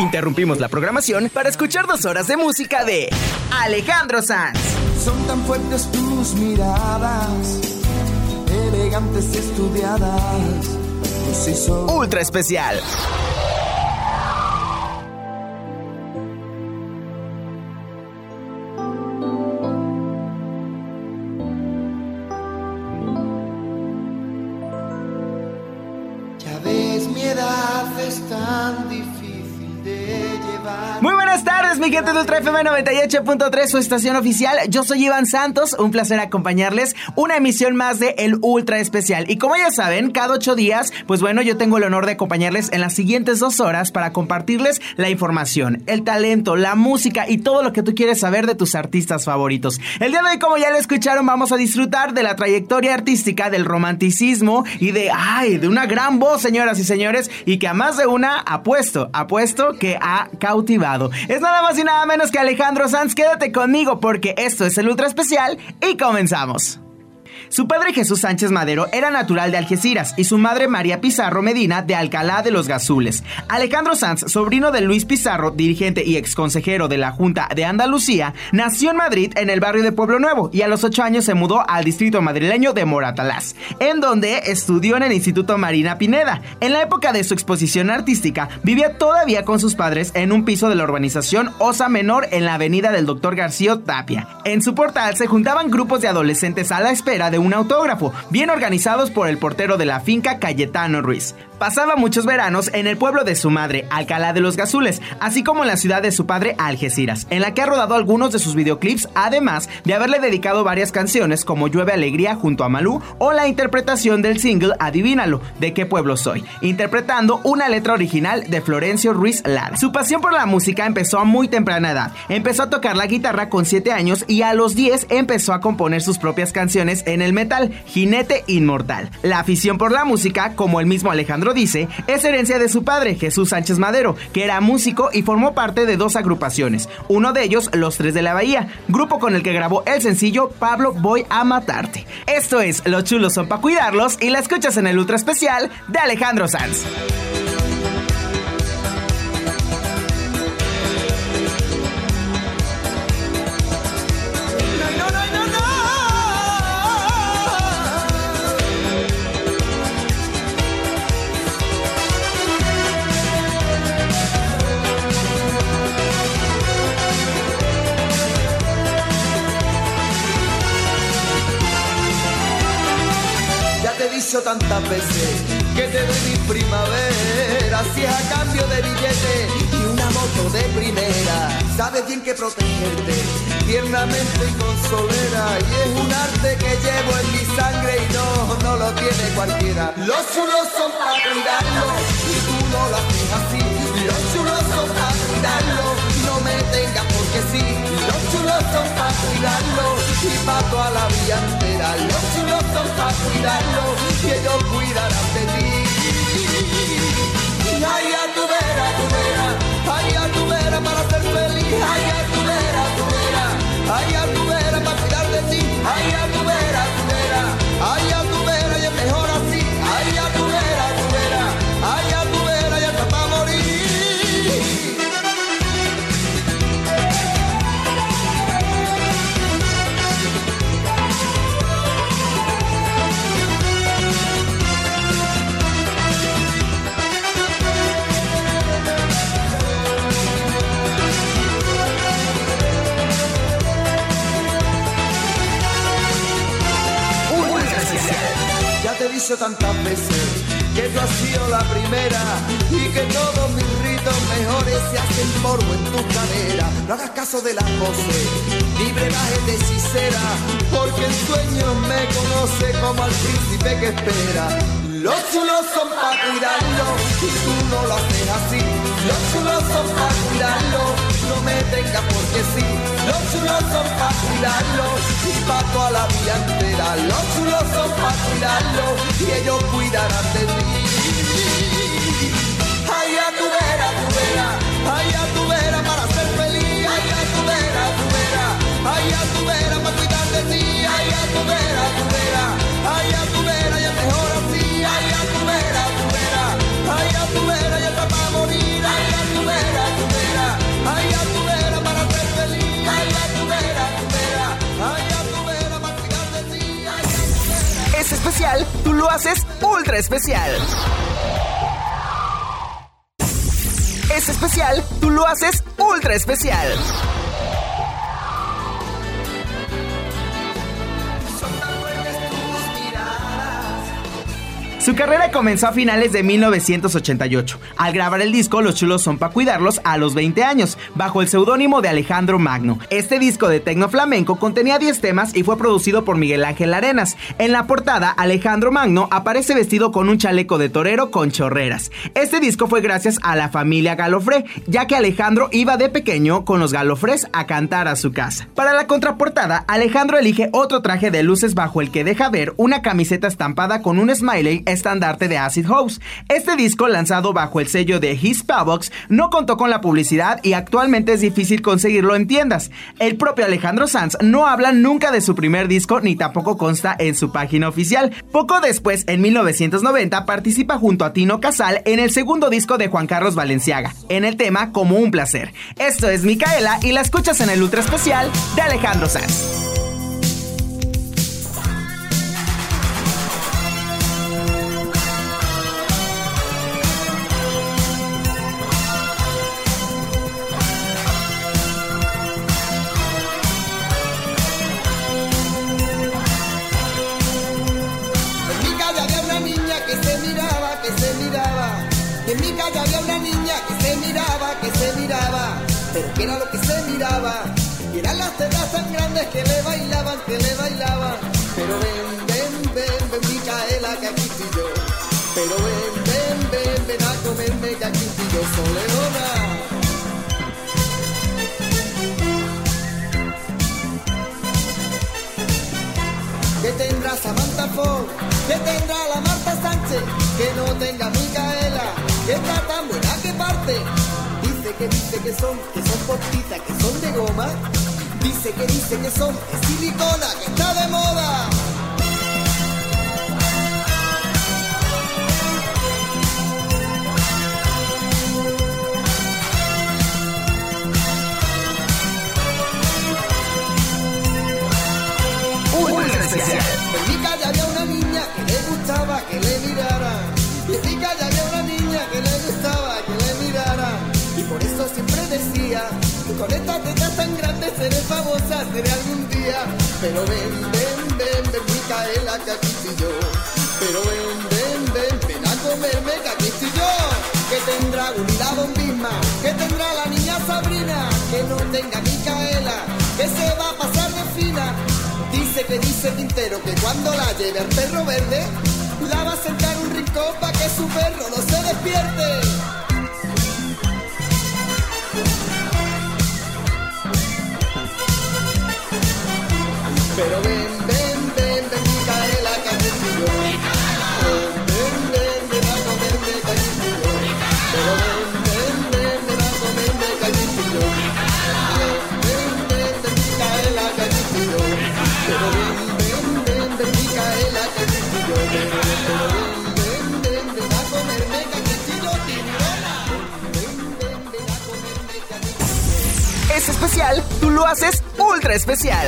Interrumpimos la programación para escuchar 2 horas de música de Alejandro Sanz. Son tan fuertes tus miradas, elegantes y estudiadas. Sí son. Ultra especial. Ya ves, mi edad es tan difícil de llevar. Muy buenas tardes, mi gente de Ultra FM 98.3, su estación oficial. Yo soy Iván Santos, un placer acompañarles una emisión más de El Ultra Especial. Y como ya saben, cada 8 días, pues bueno, yo tengo el honor de acompañarles en las siguientes 2 horas para compartirles la información, el talento, la música y todo lo que tú quieres saber de tus artistas favoritos. El día de hoy, como ya lo escucharon, vamos a disfrutar de la trayectoria artística, del romanticismo y de una gran voz, señoras y señores, y que a más de una apuesto que ha cautivado. Es nada más y nada menos que Alejandro Sanz. Quédate conmigo porque esto es el Ultra Especial y comenzamos. Su padre Jesús Sánchez Madero era natural de Algeciras y su madre María Pizarro Medina de Alcalá de los Gazules. Alejandro Sanz, sobrino de Luis Pizarro, dirigente y exconsejero de la Junta de Andalucía, nació en Madrid en el barrio de Pueblo Nuevo y a los 8 años se mudó al distrito madrileño de Moratalaz, en donde estudió en el Instituto Marina Pineda. En la época de su exposición artística, vivía todavía con sus padres en un piso de la urbanización Osa Menor en la avenida del Dr. García Tapia. En su portal se juntaban grupos de adolescentes a la espera de un autógrafo, bien organizados por el portero de la finca Cayetano Ruiz. Pasaba muchos veranos en el pueblo de su madre, Alcalá de los Gazules, así como en la ciudad de su padre, Algeciras, en la que ha rodado algunos de sus videoclips, además de haberle dedicado varias canciones como Llueve Alegría junto a Malú o la interpretación del single Adivínalo, ¿de qué pueblo soy?, interpretando una letra original de Florencio Ruiz Lara. Su pasión por la música empezó a muy temprana edad. Empezó a tocar la guitarra con 7 años y a los 10 empezó a componer sus propias canciones en el metal, Jinete Inmortal. La afición por la música, como el mismo Alejandro dice, es herencia de su padre, Jesús Sánchez Madero, que era músico y formó parte de 2 agrupaciones, uno de ellos Los Tres de la Bahía, grupo con el que grabó el sencillo Pablo Voy a Matarte. Esto es Los Chulos Son Pa' Cuidarlos y la escuchas en el Ultra Especial de Alejandro Sanz. Tantas veces que te doy mi primavera, si es a cambio de billete y una moto de primera. Sabes bien que protegerte tiernamente y con solera, y es un arte que llevo en mi sangre y no lo tiene cualquiera. Los chulos son para cuidarlo y tú no lo haces así. Los chulos son para cuidarlo, no me tengas porque sí. Los chulos son para cuidarlo y para toda la vida entera. Los chulos son para cuidarlo y ellos cuidarán de ti. Ay, a tu vera, ay, a tu vera para ser feliz. Ay, a tu vera, ay, a tu vera para cuidar de ti. Ay, a tu vera, ay, a tu vera y es mejor así. Ay, a tu vera, ay, a tu vera y hasta para morir. Te he dicho tantas veces que tú has sido la primera y que todos mis ritos mejores se hacen polvo en tu cadera. No hagas caso de las voces, ni brebajes de hechicera, porque en sueños me conoce como al príncipe que espera. Los chulos son pa' cuidarlo y tú no lo haces así. Los chulos son pa' cuidarlo, no me tengas porque sí. Los chulos son pa' cuidarlo y pa' toda la vida entera. Los chulos son pa' cuidarlo y ellos cuidarán de ti. Ay, a tu vera, ay, a tu vera para ser feliz. Ay, a tu vera, ay, a tu vera para cuidar de ti. Ay, a tu vera, ay, a tu vera y es mejor así. Ay, a tu vera, ay, a tu vera y está para morir. Ay, a tu vera, especial, tú lo haces ultra especial. Es especial, tú lo haces ultra especial. Su carrera comenzó a finales de 1988. Al grabar el disco Los chulos son pa' cuidarlos a los 20 años, bajo el seudónimo de Alejandro Magno. Este disco de tecno flamenco contenía 10 temas y fue producido por Miguel Ángel Arenas. En la portada, Alejandro Magno aparece vestido con un chaleco de torero con chorreras. Este disco fue gracias a la familia Galofré, ya que Alejandro iba de pequeño con los Galofrés a cantar a su casa. Para la contraportada, Alejandro elige otro traje de luces bajo el que deja ver una camiseta estampada con un smiley estandarte de Acid House. Este disco, lanzado bajo el sello de Hispavox, no contó con la publicidad y actualmente es difícil conseguirlo en tiendas. El propio Alejandro Sanz no habla nunca de su primer disco ni tampoco consta en su página oficial. Poco después, en 1990, participa junto a Tino Casal en el segundo disco de Juan Carlos Balenciaga, en el tema Como un placer. Esto es Micaela y la escuchas en el ultra especial de Alejandro Sanz. En mi calle había una niña que se miraba, pero ¿qué era lo que se miraba? Y eran las tetas tan grandes que le bailaban, Pero ven, Micaela, que aquí estoy yo. Pero ven a comerme, que aquí estoy yo, Soleona. ¿Qué tendrá Samantha Ford? ¿Qué tendrá la Marta Sánchez? Que no tenga Micaela, que está tan buena que parte. Dice que son postitas, que son de goma. Dice que son de silicona, que está de moda. En mi calle había una niña que le gustaba que le mirara. En mi calle había una niña que le gustaba que le mirara. Y por eso siempre decía que con estas tetas tan grandes seré famosa, seré algún día. Pero ven, Micaela, que aquí estoy yo. Pero ven a comerme, que aquí estoy yo. Que tendrá un hilado en Bismarck, que tendrá la niña Sabrina, que no tenga Micaela, que se va a pasar de fina. Dice Tintero que cuando la lleve al perro verde, la va a sentar un rincón para que su perro no se despierte. Pero ven, Micaela, que aquí estoy yo. Ven a comerme, que aquí estoy yo. Pero ven a comerme, que aquí estoy yo. Ven, Micaela, que aquí estoy yo. Pero ven, Micaela, que aquí estoy yo. Pero ven a comerme, que aquí estoy yo, tiburona. Ven a comerme, que aquí estoy yo. Es especial, tú lo haces ultra especial.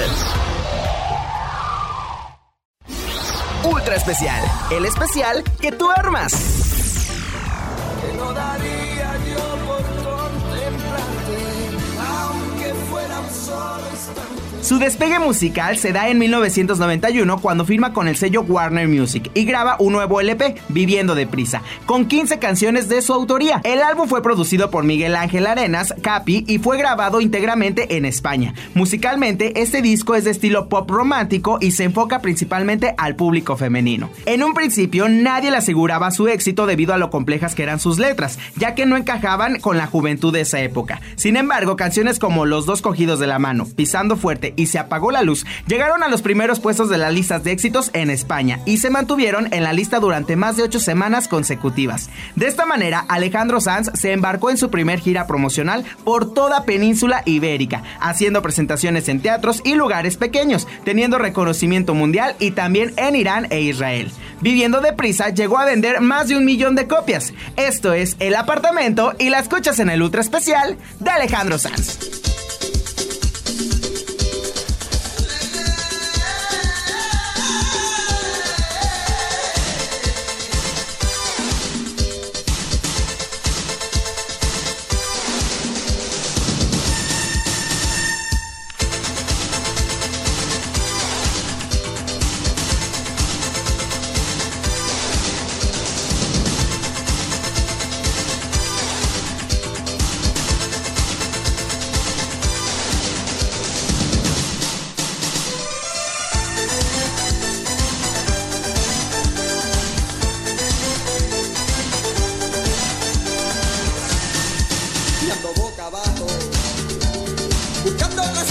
Ultra especial, el especial que tú armas. Que no daría yo por contemplarte, aunque fuera un solo instante. Su despegue musical se da en 1991 cuando firma con el sello Warner Music y graba un nuevo LP, Viviendo Deprisa, con 15 canciones de su autoría. El álbum fue producido por Miguel Ángel Arenas, Capi, y fue grabado íntegramente en España. Musicalmente, este disco es de estilo pop romántico y se enfoca principalmente al público femenino. En un principio, nadie le aseguraba su éxito debido a lo complejas que eran sus letras, ya que no encajaban con la juventud de esa época. Sin embargo, canciones como Los dos cogidos de la mano, Pisando fuerte y Se apagó la luz llegaron a los primeros puestos de las listas de éxitos en España y se mantuvieron en la lista durante más de 8 semanas consecutivas. De esta manera, Alejandro Sanz se embarcó en su primer gira promocional por toda península ibérica, haciendo presentaciones en teatros y lugares pequeños, teniendo reconocimiento mundial y también en Irán e Israel. Viviendo Deprisa llegó a vender más de 1 millón de copias. Esto es El Apartamento y la escuchas en el ultra especial de Alejandro Sanz.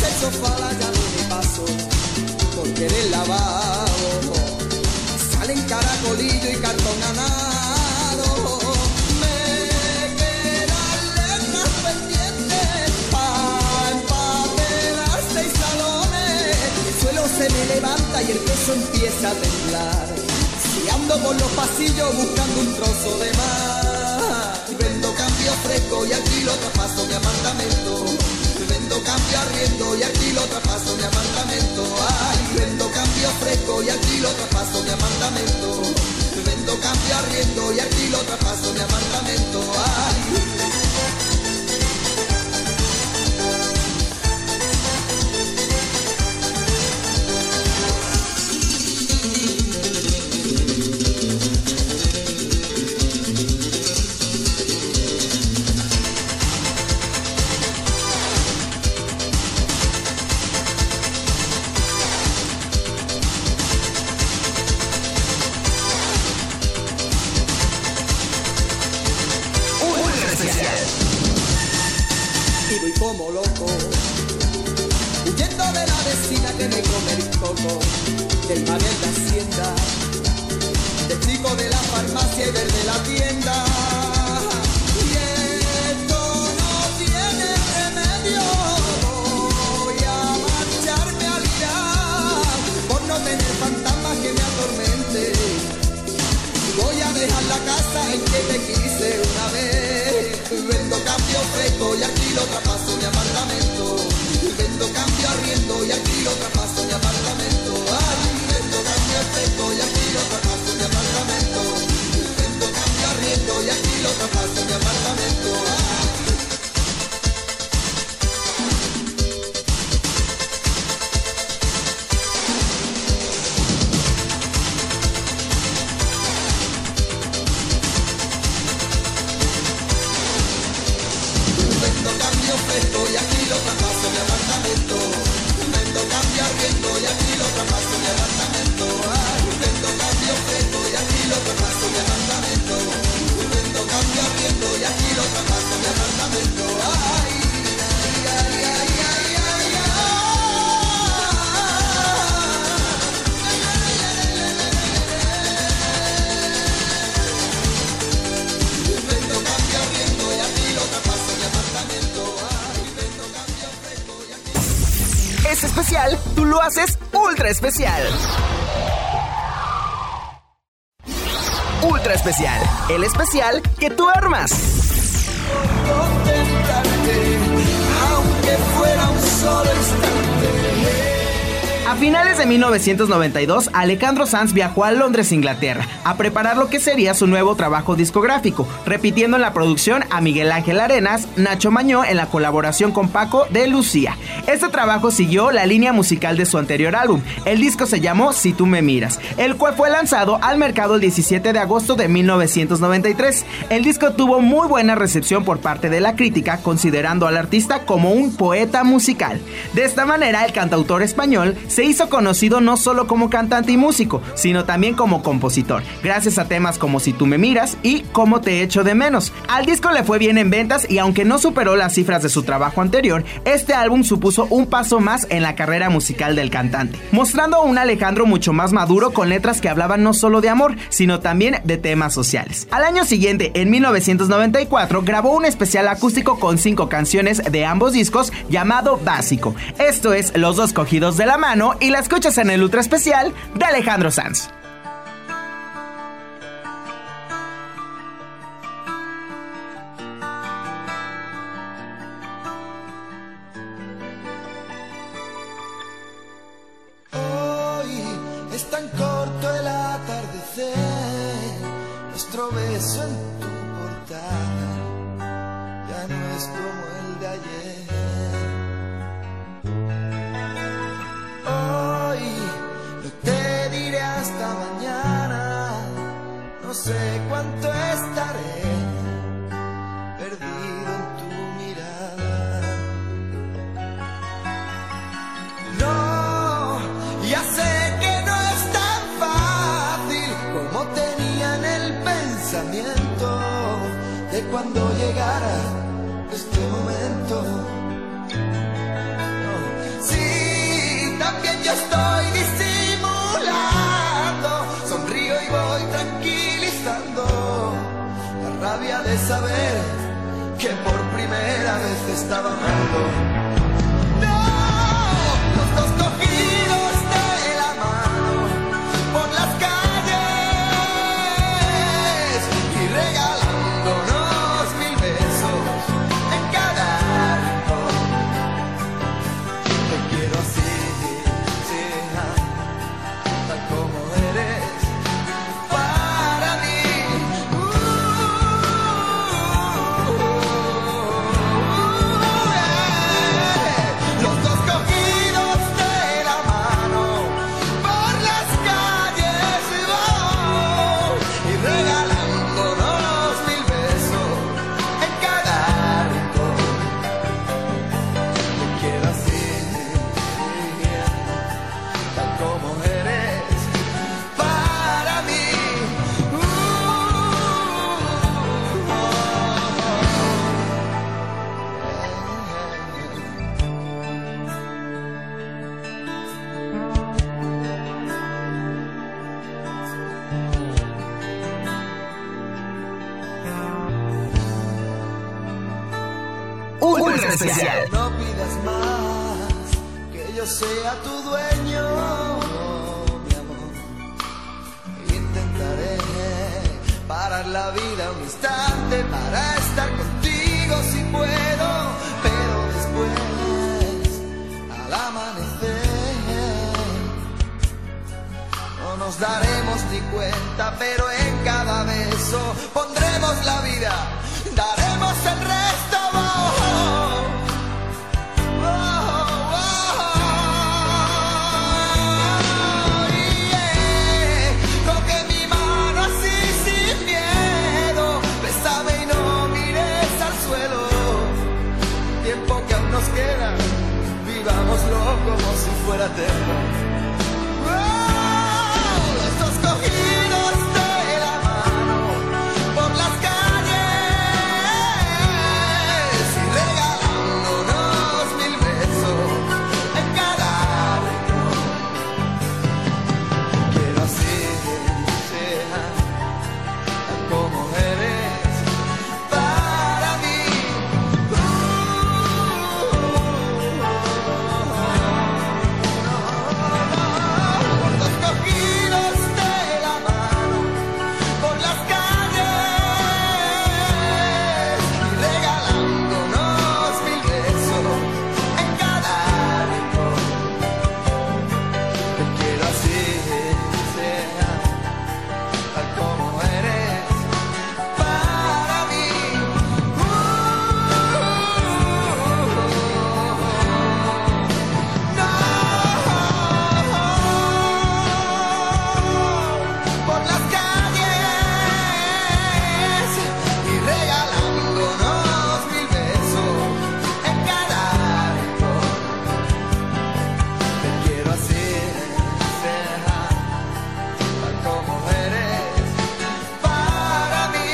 el sofá la llave de paso, porque del lavabo salen caracolillo y cartón ganado. Me quedan letras pendientes pa' empapelar 6 salones. El suelo se me levanta y el peso empieza a temblar. Si ando por los pasillos buscando un trozo de mar, vendo cambio fresco y alquilo traspaso mi apartamento. Vendo cambio arriendo y alquilo traspaso mi apartamento. Ay, vendo cambio fresco y alquilo traspaso mi apartamento. Vendo cambio arriendo y alquilo traspaso mi apartamento. Ay. Y voy como loco, huyendo de la vecina que me come el coco, del panel de Hacienda, del chico de la farmacia y del de la tienda. Y esto no tiene remedio, voy a marcharme a liar, por no tener fantasmas que me atormenten. Voy a dejar la casa en que te quise una vez. Vendo cambio fresco y alquilo traspaso mi apartamento. Vendo cambio arriendo y alquilo traspaso mi apartamento. Ay, vendo cambio fresco y alquilo traspaso mi apartamento. Vendo cambio arriendo y alquilo traspaso mi apartamento. Ay. Y aquí lo traspaso mi apartamento. Vendo cambio arriendo y aquí lo traspaso mi apartamento. Ay, vendo cambio fresco y aquí lo traspaso mi apartamento. Vendo cambio arriendo y aquí lo traspaso mi apartamento. Ay, ay, ay, ay, ay, ay, ay. Vendo cambio arriendo y aquí lo traspaso mi apartamento. Es especial, tú lo haces ultra especial. Ultra especial, el especial que tú armas. Aunque fuera un solo instante. A finales de 1992, Alejandro Sanz viajó a Londres, Inglaterra, a preparar lo que sería su nuevo trabajo discográfico, repitiendo en la producción a Miguel Ángel Arenas, Nacho Mañó en la colaboración con Paco de Lucía. Este trabajo siguió la línea musical de su anterior álbum. El disco se llamó Si tú me miras, el cual fue lanzado al mercado el 17 de agosto de 1993. El disco tuvo muy buena recepción por parte de la crítica, considerando al artista como un poeta musical. De esta manera, el cantautor español se hizo conocido no solo como cantante y músico, sino también como compositor, gracias a temas como Si tú me miras y Cómo te echo de menos. Al disco le fue bien en ventas y aunque no superó las cifras de su trabajo anterior, este álbum supuso un paso más en la carrera musical del cantante, mostrando a un Alejandro mucho más maduro con letras que hablaban no solo de amor, sino también de temas sociales. Al año siguiente, en 1994, grabó un especial acústico con 5 canciones de ambos discos llamado Básico. Esto es Los dos cogidos de la mano y la escuchas en el ultra especial de Alejandro Sanz. Hoy es tan corto el atardecer, nuestro beso en tu portada ya no es como el de ayer. Hoy no te diré hasta mañana, no sé cuánto estaré perdido en tu mirada. No, ya sé que no es tan fácil como tenía en el pensamiento de cuando llegara este momento. yo estoy disimulando. Sonrío y voy tranquilizando la rabia de saber que por primera vez te estaba amando. No, los dos cogidos de la mano por las calles y regalándonos 1000 besos en cada rincón. Te quiero así, sí, tal como eres para mí. Los dos cogidos de la mano por las calles y regalándonos 1000 besos en cada rincón. Te quiero así, tal como eres para mí. Ultra especial. No pidas más que yo sea tu dueño, mi amor. Intentaré parar la vida un instante para estar contigo si puedo, pero después, al amanecer, no nos daremos ni cuenta, pero en cada beso pondremos la vida, daremos el resto. Coge mi mano así sin miedo, bésame y no mires al suelo. Tiempo que aún nos queda, vivámoslo como si fuera eterno. Los dos cogidos de la mano por las calles y regalándonos 1000 besos en cada rincón. Quiero así, sea tal como eres para mí. Los dos cogidos de la mano por las calles y regalándonos 1000 besos en cada rincón. Te quiero así, sea tal como eres para mí. No, por las calles y regalándonos 1000 besos en cada rincón. Te quiero así, sea tal como eres para mí.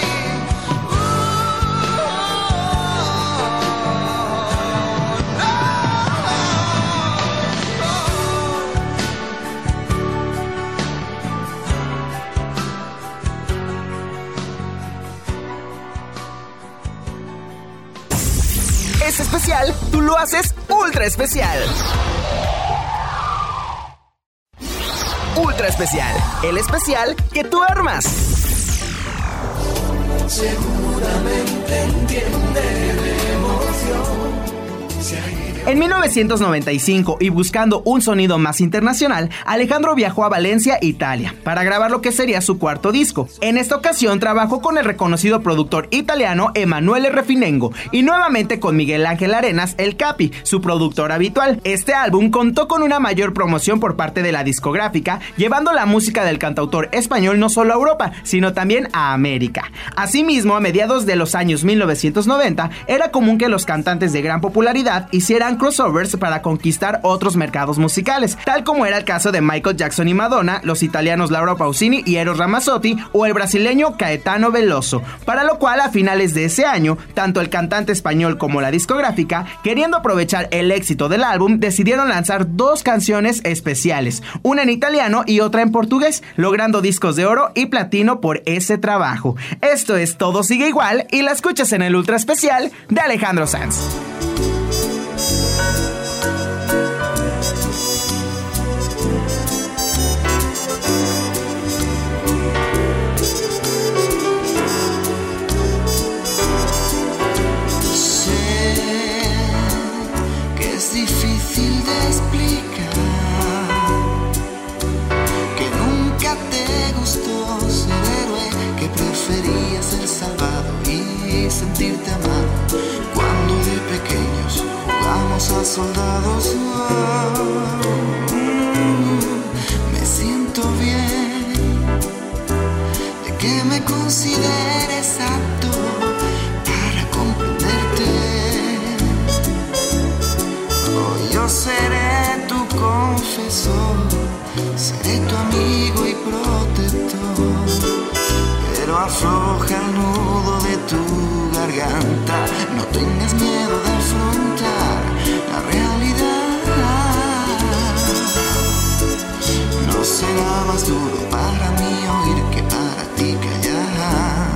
Es especial, tú lo haces ultra especial. Ultra especial, el especial que tú armas. Seguramente entiende de emoción. En 1995, y buscando un sonido más internacional, Alejandro viajó a Valencia, Italia, para grabar lo que sería su cuarto disco. En esta ocasión trabajó con el reconocido productor italiano Emanuele Refinengo y nuevamente con Miguel Ángel Arenas, el Capi, su productor habitual. Este álbum contó con una mayor promoción por parte de la discográfica, llevando la música del cantautor español no solo a Europa, sino también a América. Asimismo, a mediados de los años 1990, era común que los cantantes de gran popularidad hicieran crossovers para conquistar otros mercados musicales, tal como era el caso de Michael Jackson y Madonna, los italianos Laura Pausini y Eros Ramazzotti o el brasileño Caetano Veloso, para lo cual a finales de ese año, tanto el cantante español como la discográfica, queriendo aprovechar el éxito del álbum, decidieron lanzar dos canciones especiales, una en italiano y otra en portugués, logrando discos de oro y platino por ese trabajo. Esto es Todo Sigue Igual y la escuchas en el ultra especial de Alejandro Sanz. Sentirte amado cuando de pequeños jugamos a soldados. Me siento bien de que me consideres apto para comprenderte. Hoy yo seré tu confesor, seré tu amigo y protector. Pero afloja el nudo de tu garganta, no tengas miedo de afrontar la realidad. No será más duro para mí oír que para ti callar.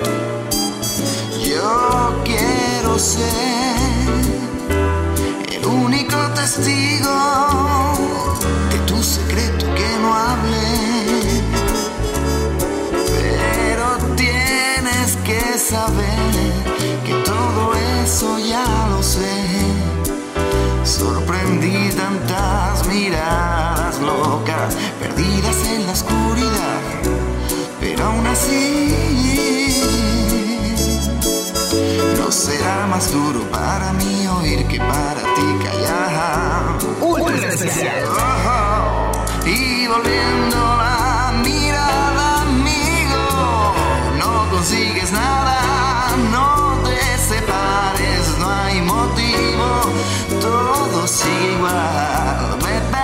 Yo quiero ser el único testigo de tu secreto que no hablé. Saber que todo eso ya lo sé. Sorprendí tantas miradas locas, perdidas en la oscuridad, pero aún así no será más duro para mí oír que para ti callar. Ultra especial. Y volviendo la mirada, amigo, no consigues nada. No te separes, no hay motivo, todo sigue igual,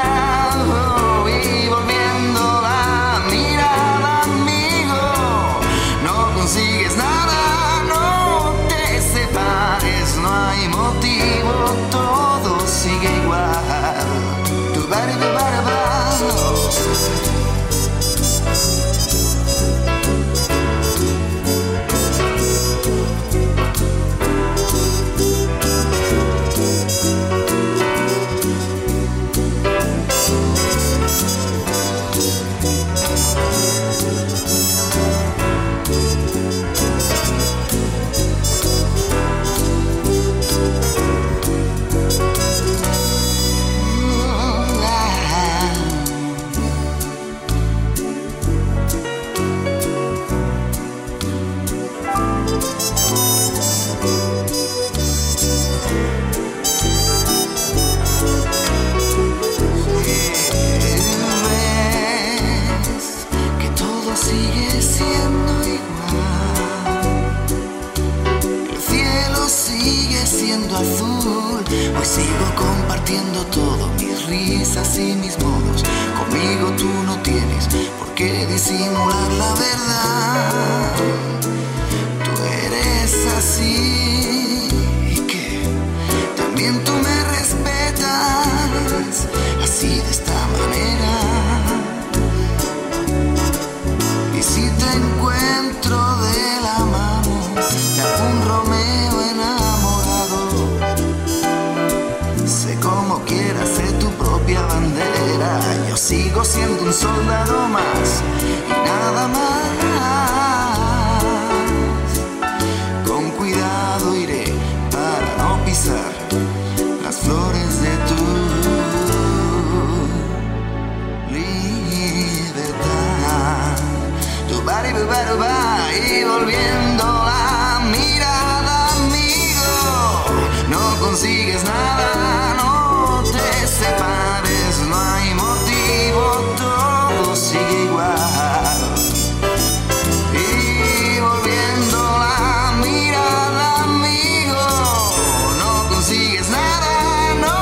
y volviendo la mirada, amigo, no consigues nada, no te separes, no hay motivo, todo sigue igual. Y mis modos, conmigo tú no tienes por qué disimular la verdad. Tú eres así y que también tú me respetas así de esta manera. Y si te encuentro de la mano de algún Romeo enamorado, sé como quieras, sé tu propia bandera. Yo sigo siendo un soldado más y nada más. Con cuidado iré para no pisar las flores de tu libertad. Tu bari, y volviendo la mirada, amigo, no consigues nada, no te separes, no hay motivo, todo sigue igual. Y volviendo la mirada, amigo, no consigues nada, no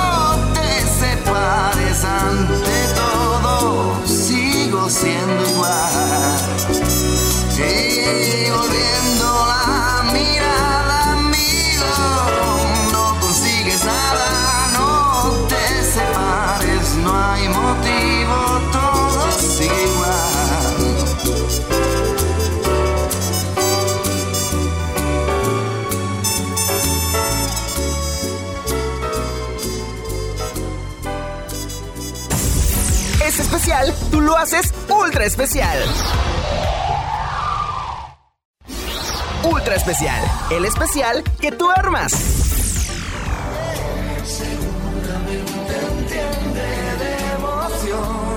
especial, tú lo haces ultra especial. Ultra especial, el especial que tú armas. Seguramente entiende de emoción.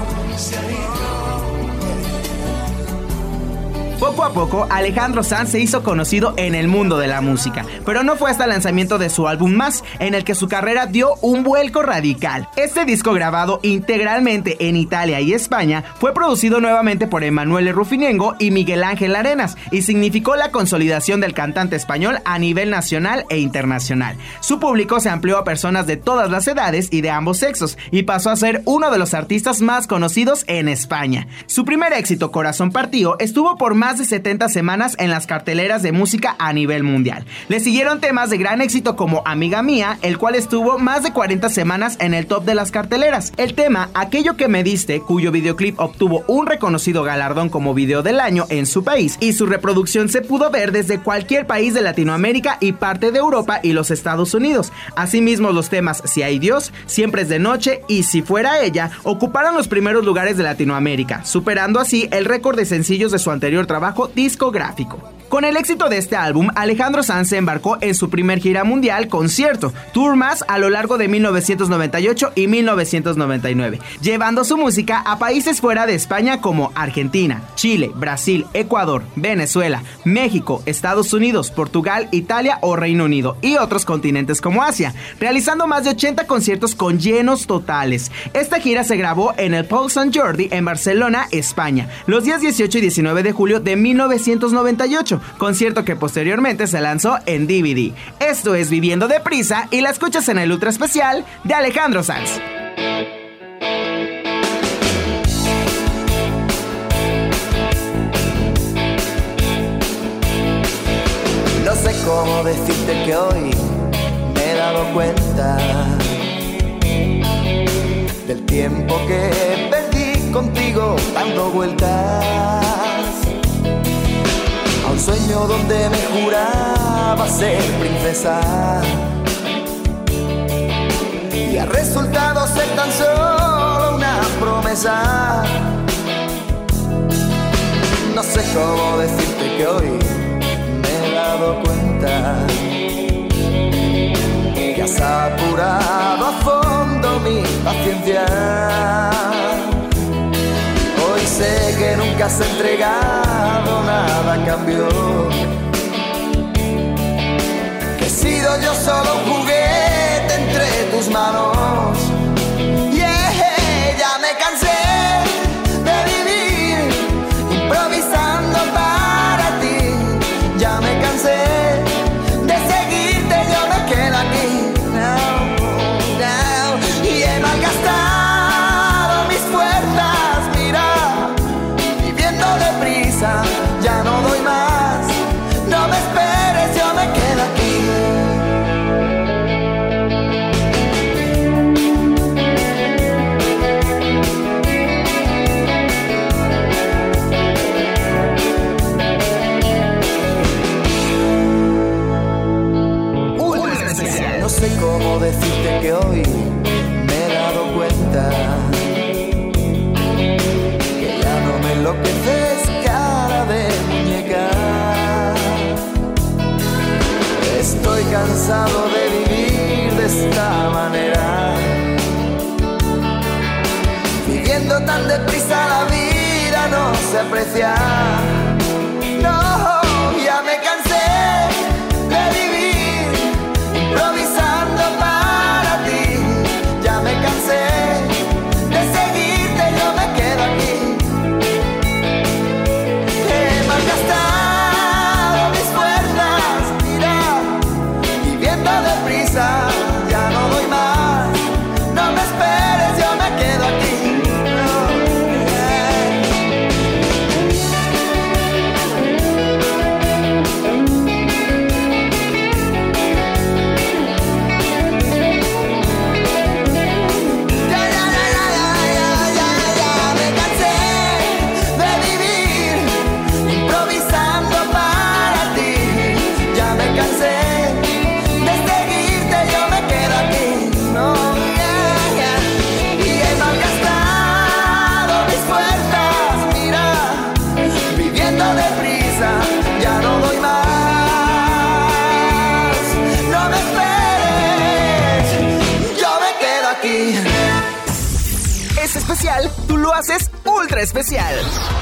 Poco a poco, Alejandro Sanz se hizo conocido en el mundo de la música, pero no fue hasta el lanzamiento de su álbum Más, en el que su carrera dio un vuelco radical. Este disco, grabado integralmente en Italia y España, fue producido nuevamente por Emanuele Ruffinengo y Miguel Ángel Arenas, y significó la consolidación del cantante español a nivel nacional e internacional. Su público se amplió a personas de todas las edades y de ambos sexos, y pasó a ser uno de los artistas más conocidos en España. Su primer éxito, Corazón Partido, estuvo por más de 70 semanas en las carteleras de música a nivel mundial. Le siguieron temas de gran éxito como Amiga Mía, el cual estuvo más de 40 semanas en el top de las carteleras. El tema Aquello que me diste, cuyo videoclip obtuvo un reconocido galardón como video del año en su país, y su reproducción se pudo ver desde cualquier país de Latinoamérica y parte de Europa y los Estados Unidos. Asimismo, los temas Si hay Dios, Siempre es de noche y Si fuera ella ocuparon los primeros lugares de Latinoamérica, superando así el récord de sencillos de su anterior trabajo discográfico. Con el éxito de este álbum, Alejandro Sanz se embarcó en su primer gira mundial concierto, Tour Más, a lo largo de 1998 y 1999, llevando su música a países fuera de España como Argentina, Chile, Brasil, Ecuador, Venezuela, México, Estados Unidos, Portugal, Italia o Reino Unido y otros continentes como Asia, realizando más de 80 conciertos con llenos totales. Esta gira se grabó en el Paul Sant Jordi en Barcelona, España, los días 18 y 19 de julio de 1998, concierto que posteriormente se lanzó en DVD. Esto es Viviendo Deprisa y la escuchas en el ultra especial de Alejandro Sanz. No sé cómo decirte que hoy me he dado cuenta del tiempo que perdí contigo dando vueltas a un sueño donde me juraba ser princesa y ha resultado ser tan solo una promesa. No sé cómo decirte que hoy me he dado cuenta que has apurado a fondo mi paciencia. Hoy sé que nunca has entregado nada a cambio, que he sido yo solo un juguete entre tus manos. Ya me cansé de vivir improvisando para ti. Ya me cansé de seguirte, yo me quedo aquí. Y he malgastado mis fuerzas, mira, viviendo deprisa, ya no doy más. No me esperes, yo me quedo aquí. No sé cómo decirte que hoy me he dado cuenta que ya no me enloqueces, cara de muñeca. Estoy cansado de vivir de esta manera, viviendo tan deprisa la vida no se aprecia. No, ya me cansé de vivir improvisando para ti. Ya me cansé de seguirte, yo me quedo aquí. He malgastado mis fuerzas, mira, viviendo deprisa, ya no doy más. No me esperes, yo me quedo aquí. Es especial, tú lo haces ultra especial.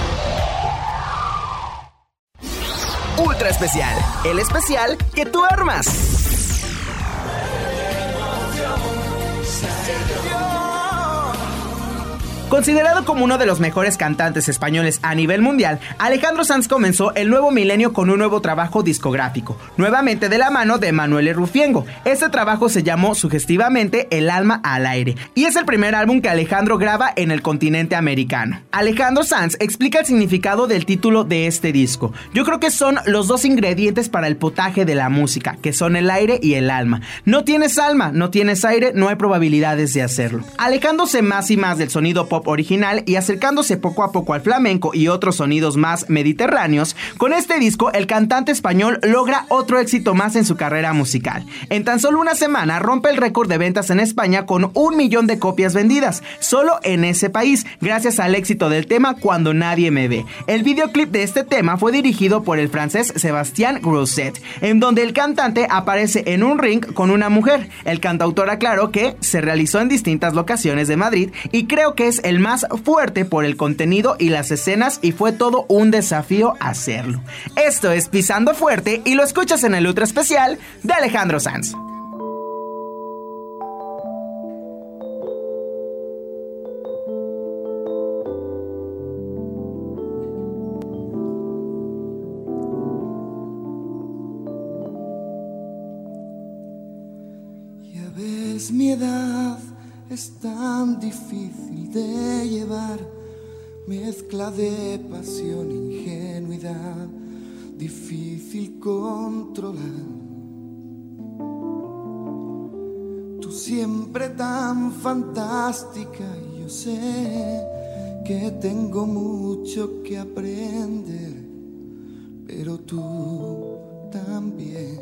Ultra especial, el especial que tú armas. Considerado como uno de los mejores cantantes españoles a nivel mundial, Alejandro Sanz comenzó el nuevo milenio con un nuevo trabajo discográfico, nuevamente de la mano de Manuel Rufiengo. Este trabajo se llamó sugestivamente El alma al aire, y es el primer álbum que Alejandro graba en el continente americano. Alejandro Sanz explica el significado del título de este disco. Yo creo que son los dos ingredientes para el potaje de la música, que son el aire y el alma. No tienes alma, no tienes aire, no hay probabilidades de hacerlo. Alejándose más y más del sonido pop original y acercándose poco a poco al flamenco y otros sonidos más mediterráneos, con este disco el cantante español logra otro éxito más en su carrera musical. En tan solo una semana rompe el récord de ventas en España con 1 millón de copias vendidas, solo en ese país, gracias al éxito del tema Cuando nadie me ve. El videoclip de este tema fue dirigido por el francés Sébastien Grosset, en donde el cantante aparece en un ring con una mujer. El cantautor aclaró que se realizó en distintas locaciones de Madrid y creo que es el más fuerte por el contenido y las escenas y fue todo un desafío hacerlo. Esto es Pisando Fuerte y lo escuchas en el ultra especial de Alejandro Sanz. Ya ves, mi edad es tan difícil de llevar, mezcla de pasión e ingenuidad, difícil controlar. Tú siempre tan fantástica y yo sé que tengo mucho que aprender, pero tú también.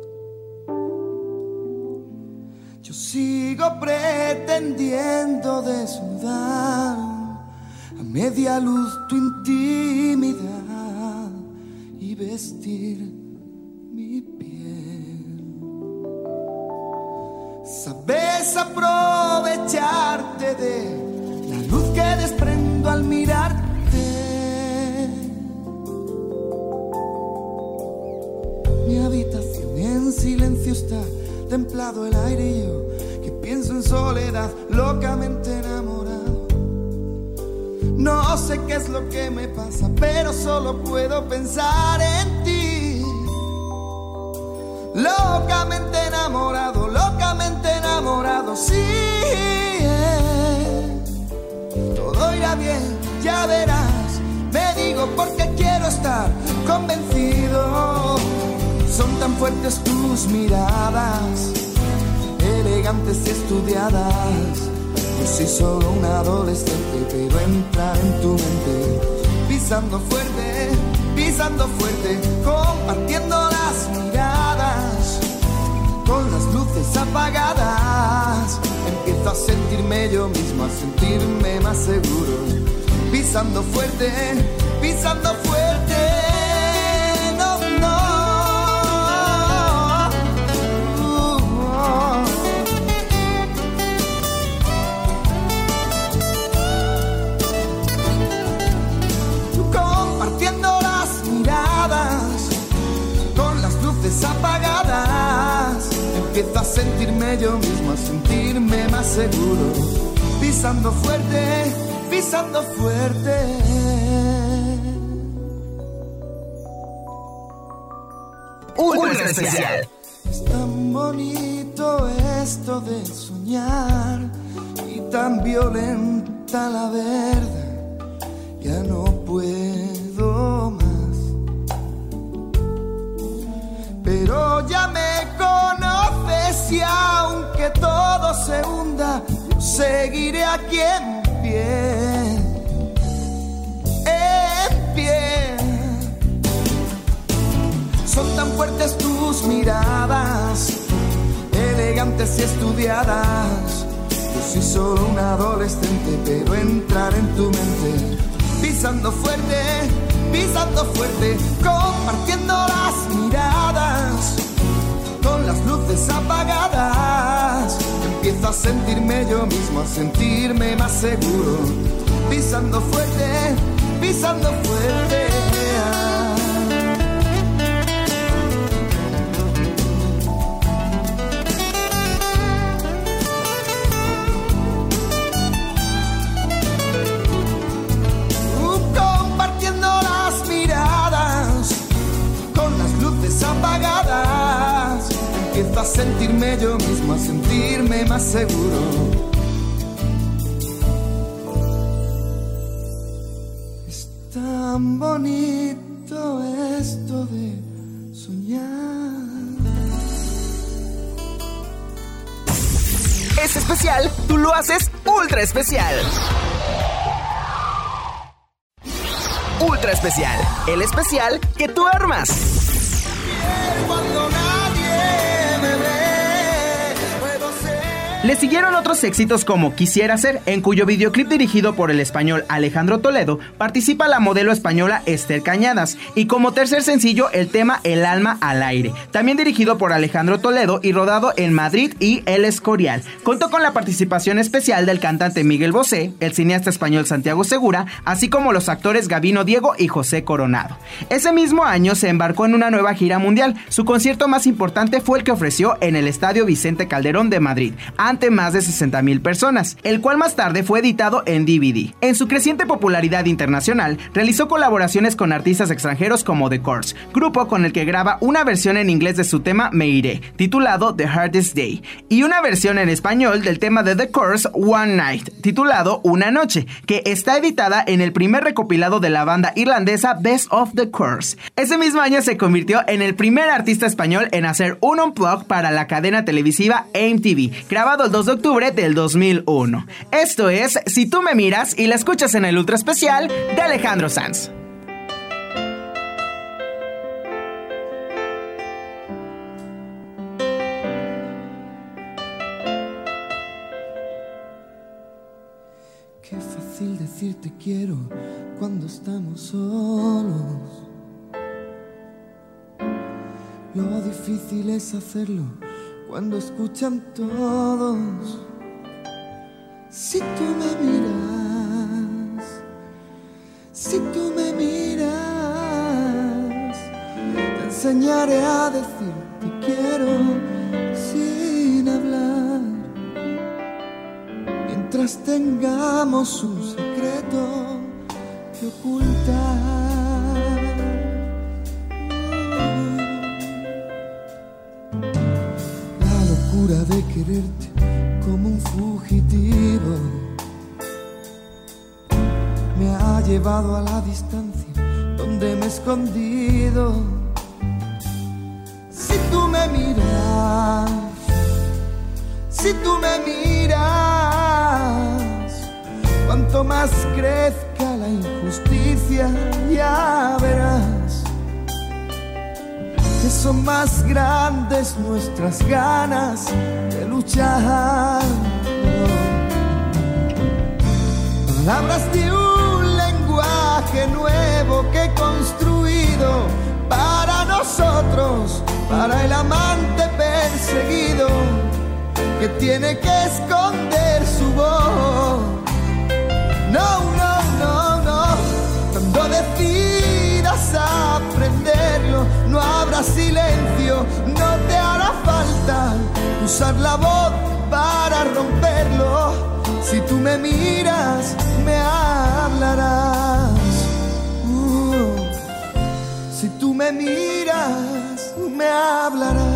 Yo sigo pretendiendo desnudar a media luz tu intimidad y vestir mi piel. Sabes aprovecharte de la luz que desprendo al mirarte. Mi habitación en silencio está, templado el aire y yo que pienso en soledad, locamente enamorado. No sé qué es lo que me pasa, pero solo puedo pensar en ti. Locamente enamorado, sí. Todo irá bien, ya verás. Me digo porque quiero estar convencido. Son tan fuertes tus miradas, elegantes y estudiadas. Yo soy solo un adolescente, pero entrar en tu mente, pisando fuerte, compartiendo las miradas, con las luces apagadas. Empiezo a sentirme yo mismo, a sentirme más seguro, pisando fuerte, no, no. Apagadas, empiezo a sentirme yo mismo, a sentirme más seguro, pisando fuerte. Ultra especial. Es tan bonito esto de soñar y tan violenta la verdad, ya no puedo más. Pero ya me conoces y aunque todo se hunda, yo seguiré aquí en pie, en pie. Son tan fuertes tus miradas, elegantes y estudiadas. Yo soy solo un adolescente, pero entrar en tu mente, pisando fuerte, compartiendo las miradas, con las luces apagadas. Empiezo a sentirme yo mismo, a sentirme más seguro, pisando fuerte, pisando fuerte. Compartiendo las miradas con las luces apagadas, empiezo a sentirme yo mismo, a sentirme más seguro. Es tan bonito esto de soñar. Es especial, tú lo haces ultra especial. Ultra especial, el especial que tú armas. Cuando nadie me ve, puedo ser. Le siguieron otros éxitos como Quisiera Ser, en cuyo videoclip dirigido por el español Alejandro Toledo participa la modelo española Esther Cañadas, y como tercer sencillo el tema El alma al aire, también dirigido por Alejandro Toledo y rodado en Madrid y El Escorial. Contó con la participación especial del cantante Miguel Bosé, el cineasta español Santiago Segura, así como los actores Gabino Diego y José Coronado. Ese mismo año se embarcó en una nueva gira mundial. Su concierto más importante fue el que ofreció en el Estadio Vicente Calderón de Madrid, ante más de 60,000 personas, el cual más tarde fue editado en DVD. En su creciente popularidad internacional, realizó colaboraciones con artistas extranjeros como The Course, grupo con el que graba una versión en inglés de su tema Me Iré, titulado The Hardest Day, y una versión en español del tema de The Course One Night, titulado Una Noche, que está editada en el primer recopilado de la banda irlandesa Best of The Course. Ese mismo año se convirtió en el primer artista español en hacer un unplug para la cadena televisiva MTV, grabado el 2 de octubre del 2001. Esto es Si tú me miras, y la escuchas en el ultra especial de Alejandro Sanz. Qué fácil decir te quiero cuando estamos solos. Lo difícil es hacerlo cuando escuchan todos. Si tú me miras, si tú me miras, te enseñaré a decir te quiero sin hablar. Mientras tengamos un secreto que ocultar. De quererte como un fugitivo me ha llevado a la distancia donde me he escondido. Si tú me miras, si tú me miras, cuanto más crezca la injusticia ya verás que son más grandes nuestras ganas de luchar. Palabras de un lenguaje nuevo que he construido para nosotros, para el amante perseguido que tiene que esconder su voz. No, no, no, no, cuando decidas aprenderlo, no habrá silencio, no te hará falta usar la voz para romperlo. Si tú me miras, me hablarás. Si tú me miras, me hablarás.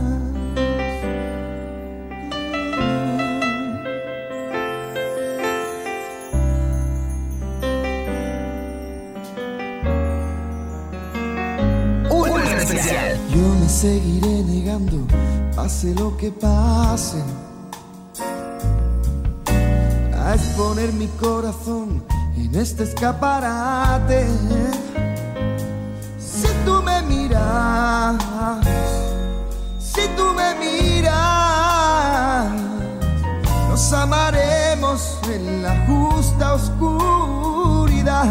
Yo me seguiré negando, pase lo que pase, a exponer mi corazón en este escaparate. Si tú me miras, si tú me miras, nos amaremos en la justa oscuridad,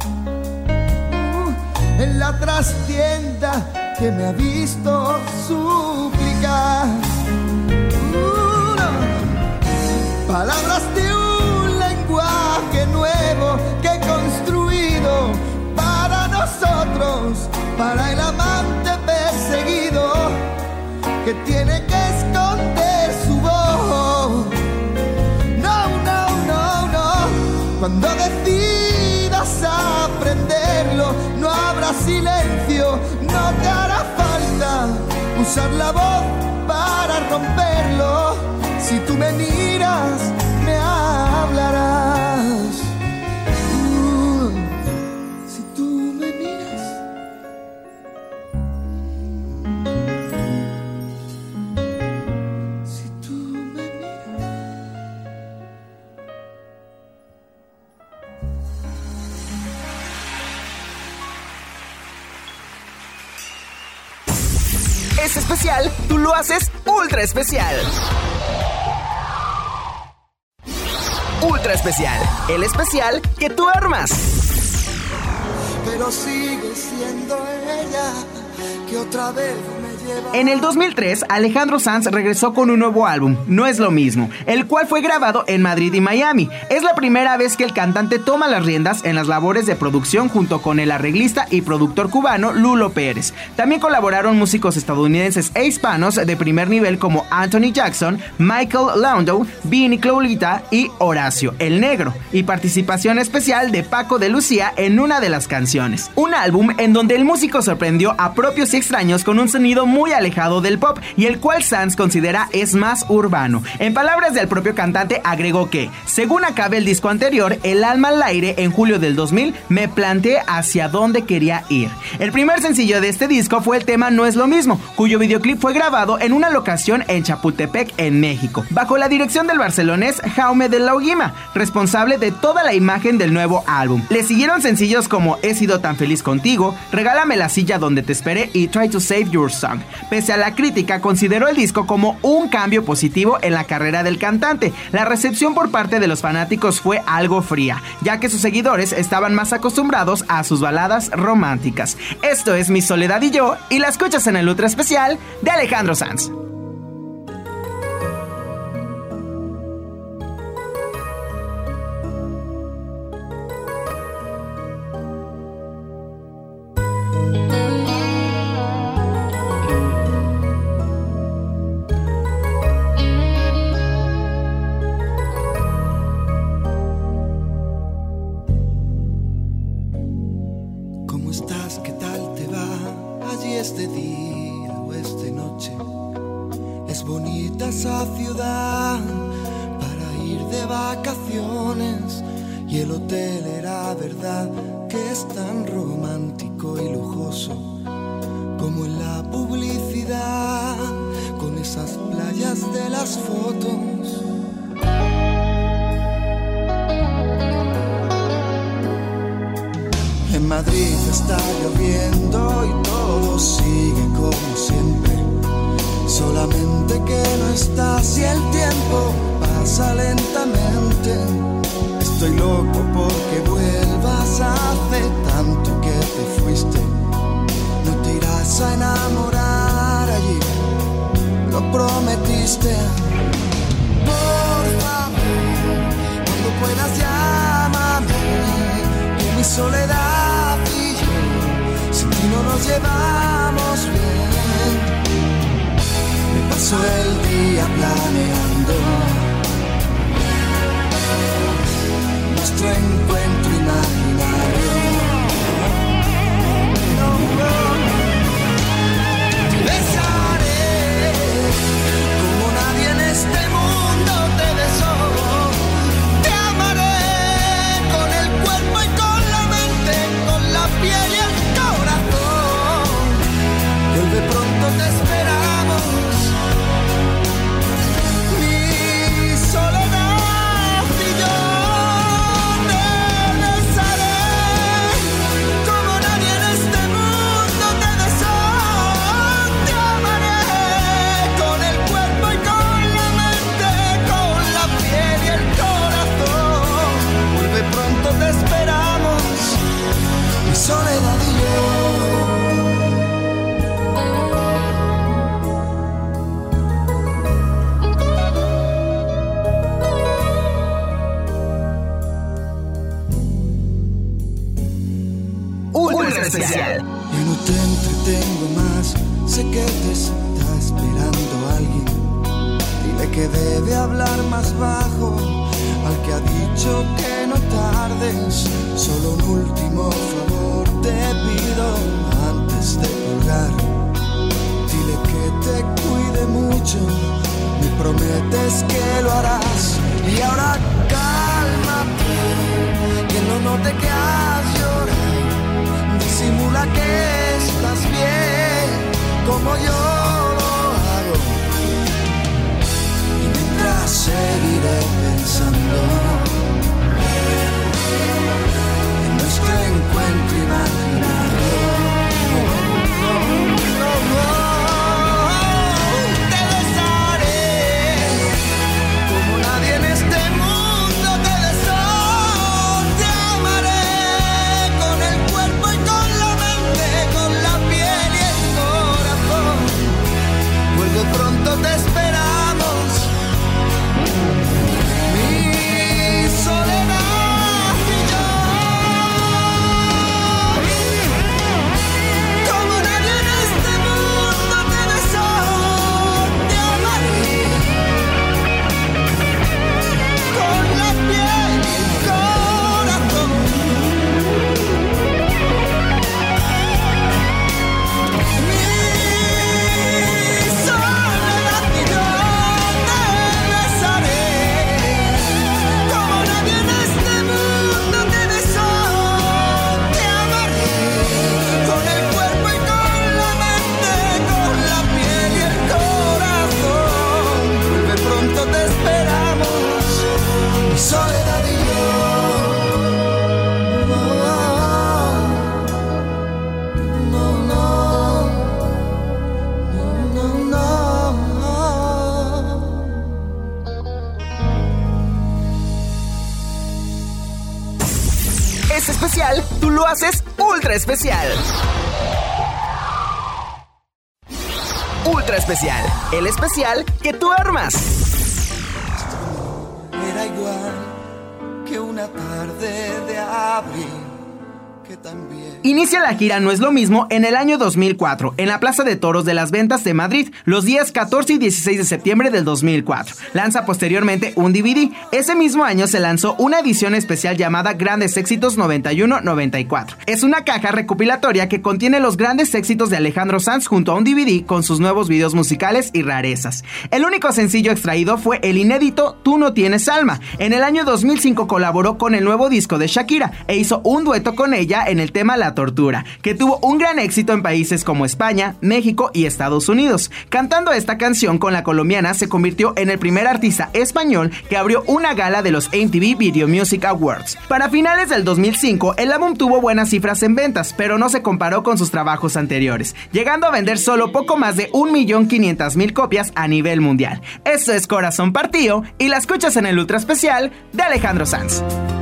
en la trastienda que me ha visto suplicar. que tiene que esconder su voz. No, no, no, no. Cuando decidas aprenderlo, no habrá silencio, no te hará falta usar la voz para romperlo. Si tú me miras, me hablarás. Si tú me miras. Si tú me miras. Es especial, tú lo haces ultra especial. Ultra especial, el especial que tú armas. Pero sigue siendo ella que otra vez me lleva. En el 2003, Alejandro Sanz regresó con un nuevo álbum, No es lo mismo, el cual fue grabado en Madrid y Miami. Es la primera vez que el cantante toma las riendas en las labores de producción junto con el arreglista y productor cubano Lulo Pérez. También colaboraron músicos estadounidenses e hispanos de primer nivel como Anthony Jackson, Michael Landau, Vinnie Colaiuta y Horacio El Negro, y participación especial de Paco de Lucía en una de las canciones. Un álbum en donde el músico sorprendió a propios y extraños con un sonido muy alejado del pop y el cual Sanz considera es más urbano. En palabras del propio cantante agregó que, según acabe el disco anterior, El alma al aire, en julio del 2000, me planteé hacia dónde quería ir. El primer sencillo de este disco fue el tema No es lo mismo, cuyo videoclip fue grabado en una locación en Chapultepec, en México, bajo la dirección del barcelonés Jaume de la Oguima, responsable de toda la imagen del nuevo álbum. Le siguieron sencillos como He sido tan feliz contigo, Regálame la silla donde te esperé y Try to Save Your Song. Pese a la crítica, consideró el disco como un cambio positivo en la carrera del cantante. La recepción por parte de los fanáticos fue algo fría, ya que sus seguidores estaban más acostumbrados a sus baladas románticas. Esto es Mi Soledad y Yo, y la escuchas en el ultra especial de Alejandro Sanz. En Madrid está lloviendo y todo sigue como siempre. Solamente que no estás y el tiempo pasa lentamente. Estoy loco porque vuelvas, hace tanto que te fuiste. No te irás a enamorar allí, lo prometiste. Por favor, cuando puedas llámame, que mi soledad y yo sin ti no nos llevamos bien. Me paso el día planeando nuestro encuentro imaginario. Te besaré como nadie en este mundo te besó. Te amaré con el cuerpo y con la mente, con la piel y el corazón. Vuelve pronto, te esperamos. Mi soledad y yo te besaré como nadie en este mundo te besó. Te amaré con el cuerpo y con la mente, con la piel y el corazón. Vuelve pronto, te esperamos, mi soledad y yo. Ultra especial. Ya no te entretengo más, sé que te está esperando a alguien. Dile que debe hablar más bajo, al que ha dicho que no tardes. Solo un último favor te pido antes de colgar. Dile que te cuide mucho, me prometes que lo harás. Y ahora cálmate, que no note que has llorado. Disimula que estás bien, como yo lo hago. Y mientras seguiré pensando en nuestro encuentro imaginado. Te besaré como nadie en este mundo te besó. Te amaré con el cuerpo y con la mente, con la piel y el corazón. Vuelve pronto, te esperamos. Mi soledad y yo. Como nadie en este mundo te besó. Te amaré con la piel y el corazón. Mi soledad y yo te besaré. Como nadie en este mundo te besó. Te amaré con el cuerpo y con la mente, con la piel y el corazón. Vuelve pronto, te esperamos. Mi soledad y yo. No, no, no, no. Es especial, tú lo haces ultra especial. Ultra especial, el especial que tú armas. Era igual que una tarde de abril, que también. Inicia la gira No es lo mismo en el año 2004, en la Plaza de Toros de las Ventas de Madrid, los días 14 y 16 de septiembre del 2004. Lanza posteriormente un DVD. Ese mismo año se lanzó una edición especial llamada Grandes Éxitos 91-94. Es una caja recopilatoria que contiene los grandes éxitos de Alejandro Sanz junto a un DVD con sus nuevos videos musicales y rarezas. El único sencillo extraído fue el inédito Tú no tienes alma. En el año 2005 colaboró con el nuevo disco de Shakira e hizo un dueto con ella en el tema La Tortura, que tuvo un gran éxito en países como España, México y Estados Unidos. Cantando esta canción con la colombiana se convirtió en el primer artista español que abrió una gala de los MTV Video Music Awards. Para finales del 2005, el álbum tuvo buenas cifras en ventas, pero no se comparó con sus trabajos anteriores, llegando a vender solo poco más de 1.500.000 copias a nivel mundial. Esto es Corazón Partido y la escuchas en el ultra especial de Alejandro Sanz.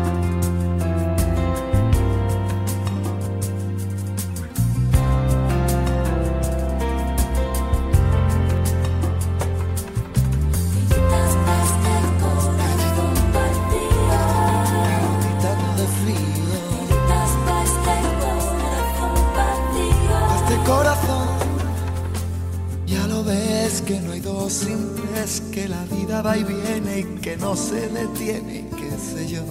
Que no hay dos simples, que la vida va y viene y que no se detiene, qué sé yo.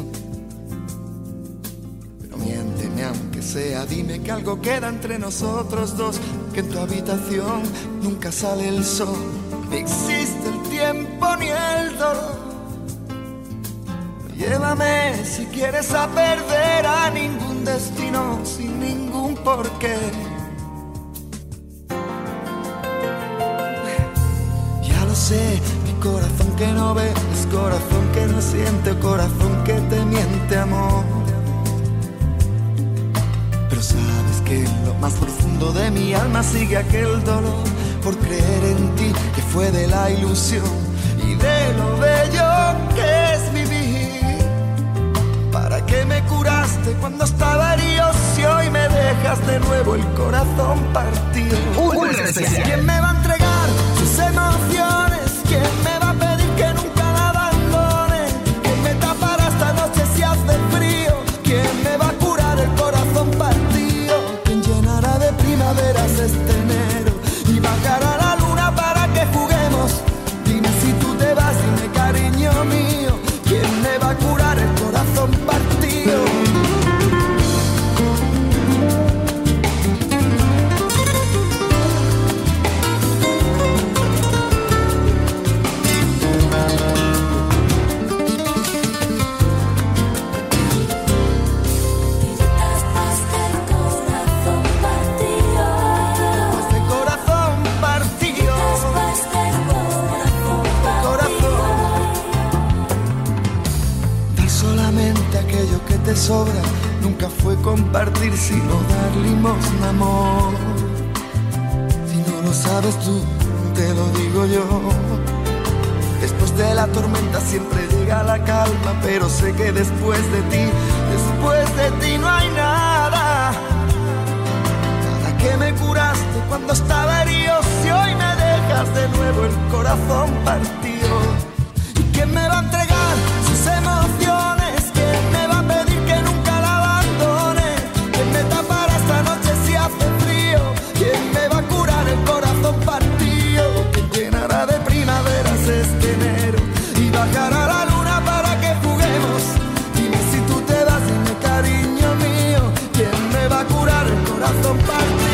Pero miénteme aunque sea, dime que algo queda entre nosotros dos, que en tu habitación nunca sale el sol, ni existe el tiempo ni el dolor. Llévame si quieres a perder a ningún destino sin ningún porqué. Mi corazón que no ve es corazón que no siente, corazón que te miente, amor. Pero sabes que en lo más profundo de mi alma sigue aquel dolor por creer en ti, que fue de la ilusión y de lo bello que es vivir. ¿Para qué me curaste cuando estaba herido si hoy me dejas de nuevo el corazón partido? ¿Quién me va a entregar sus emociones? ¿Quién me va a pedir que nunca la abandone? ¿Quién me tapará esta noche si hace frío? ¿Quién me va a curar el corazón partido? ¿Quién llenará de primaveras este enero y bajará la luna para que sobra nunca fue compartir, sino dar limosna, amor. Si no lo sabes tú, te lo digo yo. Después de la tormenta siempre llega la calma, pero sé que después de ti no hay nada. Nada que me curaste cuando estaba herido, si hoy me dejas de nuevo el corazón partido. ¿Y quién me va a entregar sus emociones? ¿Quién me va a pedir que nunca la abandone? ¿Quién me tapará esta noche si hace frío? ¿Quién me va a curar el corazón partido? ¿Quién llenará de primaveras este enero y bajará la luna para que juguemos? Dime si tú te vas, dime cariño mío, ¿quién me va a curar el corazón partido?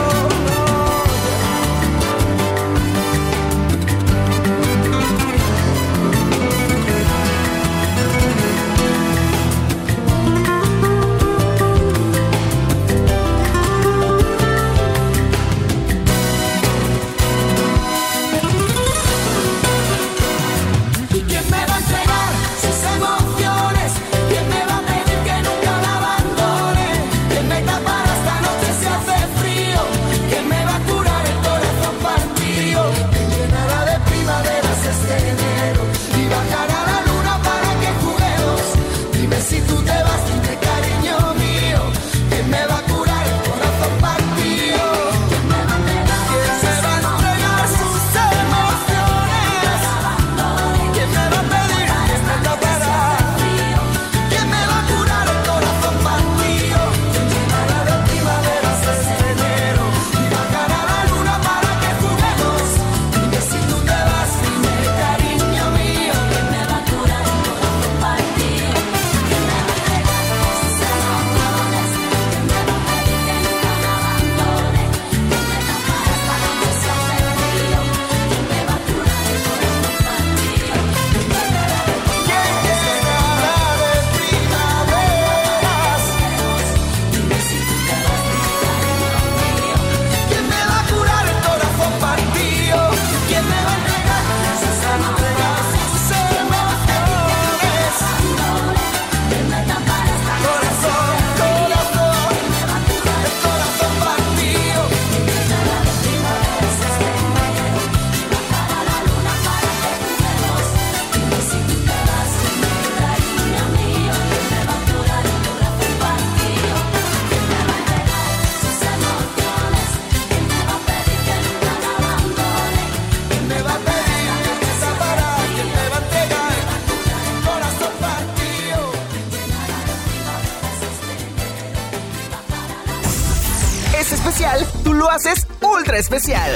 Especial, tú lo haces ultra especial.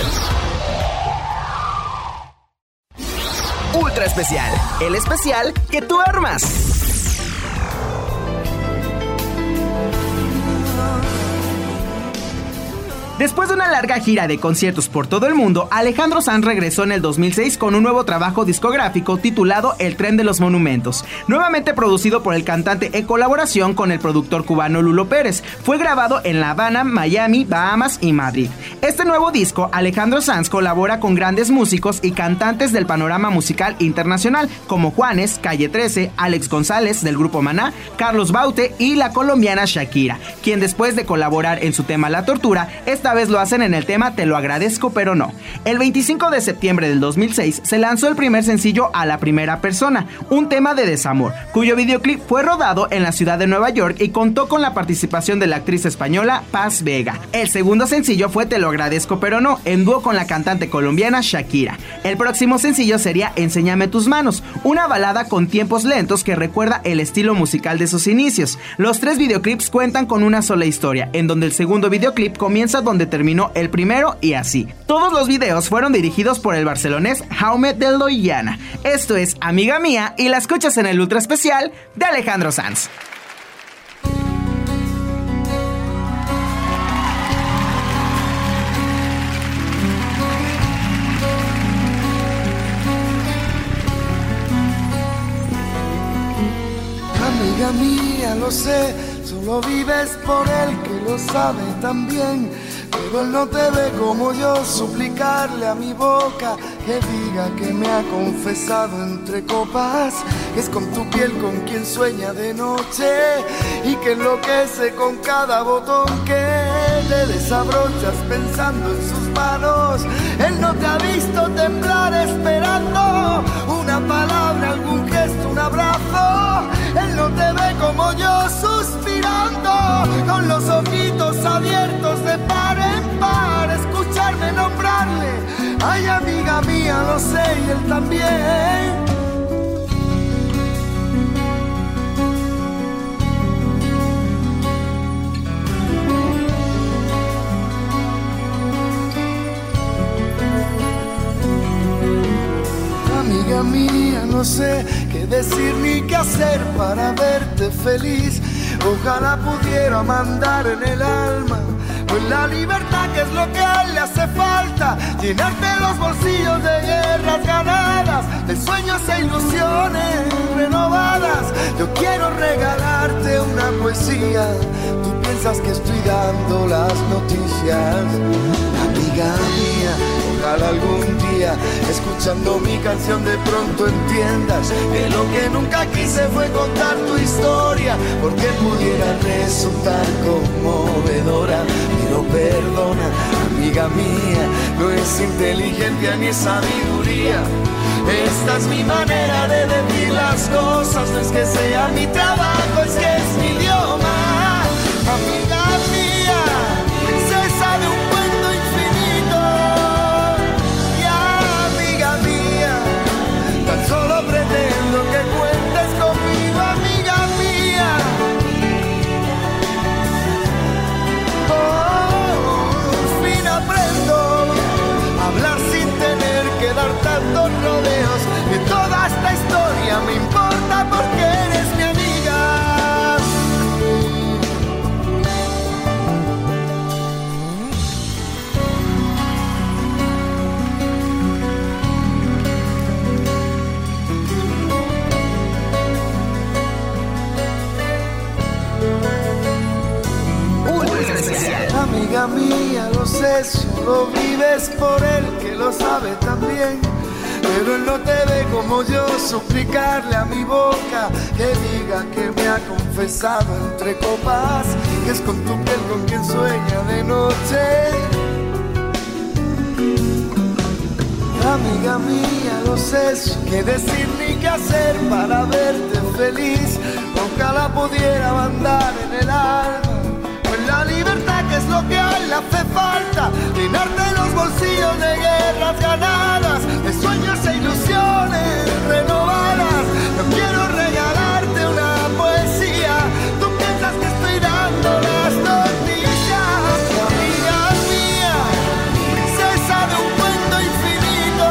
Ultra especial, el especial que tú armas. Después de una larga gira de conciertos por todo el mundo, Alejandro Sanz regresó en el 2006 con un nuevo trabajo discográfico titulado El Tren de los Monumentos, nuevamente producido por el cantante en colaboración con el productor cubano Lulo Pérez. Fue grabado en La Habana, Miami, Bahamas y Madrid. Este nuevo disco, Alejandro Sanz colabora con grandes músicos y cantantes del panorama musical internacional, como Juanes, Calle 13, Alex González del grupo Maná, Carlos Baute y la colombiana Shakira, quien después de colaborar en su tema La Tortura, esta vez lo hacen en el tema Te lo agradezco pero no. El 25 de septiembre del 2006 se lanzó el primer sencillo A la Primera Persona, un tema de desamor, cuyo videoclip fue rodado en la ciudad de Nueva York y contó con la participación de la actriz española Paz Vega. El segundo sencillo fue Te lo agradezco pero no, en dúo con la cantante colombiana Shakira. El próximo sencillo sería Enséñame tus manos, una balada con tiempos lentos que recuerda el estilo musical de sus inicios. Los tres videoclips cuentan con una sola historia, en donde el segundo videoclip comienza donde terminó el primero y así. Todos los videos fueron dirigidos por el barcelonés Jaume de Loiana. Esto es Amiga Mía y la escuchas en el ultra especial de Alejandro Sanz. Amiga mía, lo sé, solo vives por él que lo sabe también. Pero él no te ve como yo, suplicarle a mi boca que diga que me ha confesado entre copas, que es con tu piel con quien sueña de noche y que enloquece con cada botón que le desabrochas pensando en sus manos. Él no te ha visto temblar esperando una palabra, algún gesto, un abrazo. Él no te ve como yo suspirando con los ojitos abiertos de par en par, escucharme nombrarle. Ay, amiga mía, lo sé y él también. Amiga mía, no sé qué decir ni qué hacer para verte feliz. Ojalá pudiera mandar en el alma o en la libertad, que es lo que a él le hace falta, llenarte los bolsillos de guerras ganadas, de sueños e ilusiones renovadas. Yo quiero regalarte una poesía, tú piensas que estoy dando las noticias. Amiga mía, ojalá algún día, escuchando mi canción, de pronto entiendas que lo que nunca quise fue contar tu historia, porque pudiera resultar conmovedora. Pero perdona, amiga mía, no es inteligencia ni sabiduría. Esta es mi manera de decir las cosas, no es que sea mi trabajo, es que es mi idioma. Amiga mía, se sabe un cuento infinito. Y amiga mía, tan solo pretendo que cuentes conmigo, amiga mía. Por fin aprendo a hablar sin tener que dar tantos rodeos. Que toda esta historia me importa porque eres mi amiga. Amiga mía, lo sé, solo vives por él, que lo sabe también. Pero él no te ve como yo, suplicarle a mi boca que diga que me ha confesado entre copas, que es con tu piel con quien sueña de noche. Amiga mía, lo sé, qué decir ni qué hacer para verte feliz. Ojalá pudiera mandar en el alma la libertad, que es lo que a él le hace falta, llenarte los bolsillos de guerras ganadas, de sueños e ilusiones renovadas. Yo quiero regalarte una poesía, tú piensas que estoy dando las noticias. Amiga mía, se sabe un cuento infinito.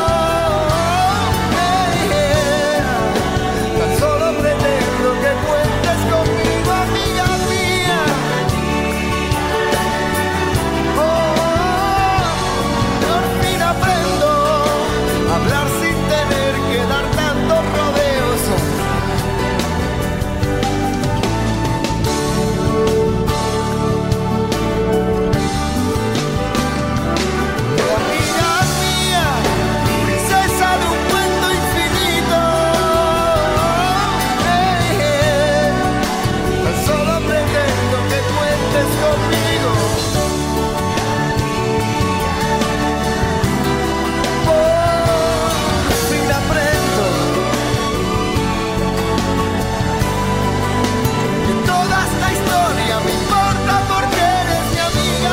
Tan solo pretendo que cuentes conmigo, amiga mía. Aprendo a hablar sin tener que dar tantos rodeos. Amiga mía, princesa de un cuento infinito. Tan solo pretendo que cuentes conmigo. Me importa porque eres mi amiga.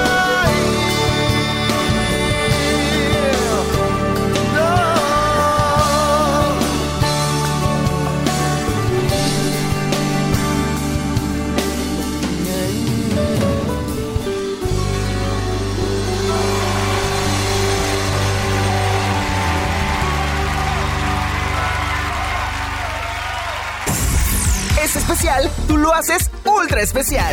Es especial, tú lo haces ultra especial.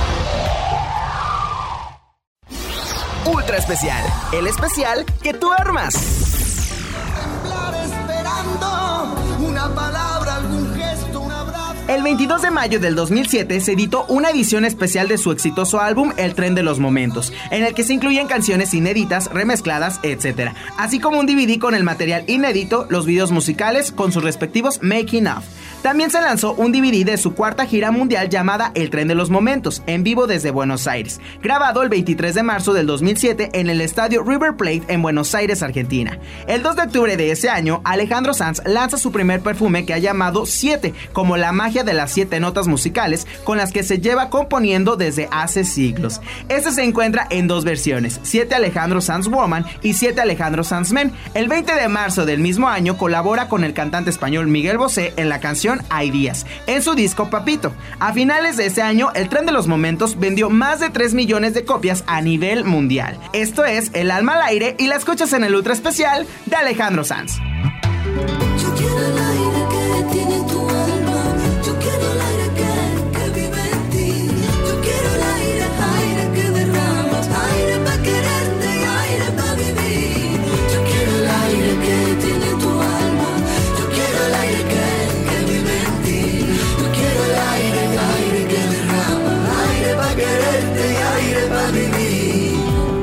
Ultra especial, el especial que tú armas. Temblar esperando una palabra, algún gesto, un abrazo. El 22 de mayo del 2007 se editó una edición especial de su exitoso álbum El Tren de los Momentos, en el que se incluyen canciones inéditas, remezcladas, etc., así como un DVD con el material inédito, los videos musicales con sus respectivos making of. También se lanzó un DVD de su cuarta gira mundial llamada El Tren de los Momentos, en vivo desde Buenos Aires, grabado el 23 de marzo del 2007 en el estadio River Plate en Buenos Aires, Argentina. El 2 de octubre de ese año, Alejandro Sanz lanza su primer perfume que ha llamado 7, como la magia de las 7 notas musicales con las que se lleva componiendo desde hace siglos. Este se encuentra en 2 versiones, 7 Alejandro Sanz Woman y 7 Alejandro Sanz Men. El 20 de marzo del mismo año colabora con el cantante español Miguel Bosé en la canción Hay Días, en su disco Papito. A finales de ese año, El Tren de los Momentos vendió más de 3 millones de copias a nivel mundial. Esto es El Alma al Aire y la escuchas en el ultra especial de Alejandro Sanz. Yo quiero el aire que tiene tu alma, yo quiero el aire que vive en ti, yo quiero el aire que derramas, aire para quererte y aire para vivir. Yo quiero el aire que tiene tu alma, yo quiero el aire que vive en ti, yo quiero el aire que derrama, aire para quererte y aire para vivir.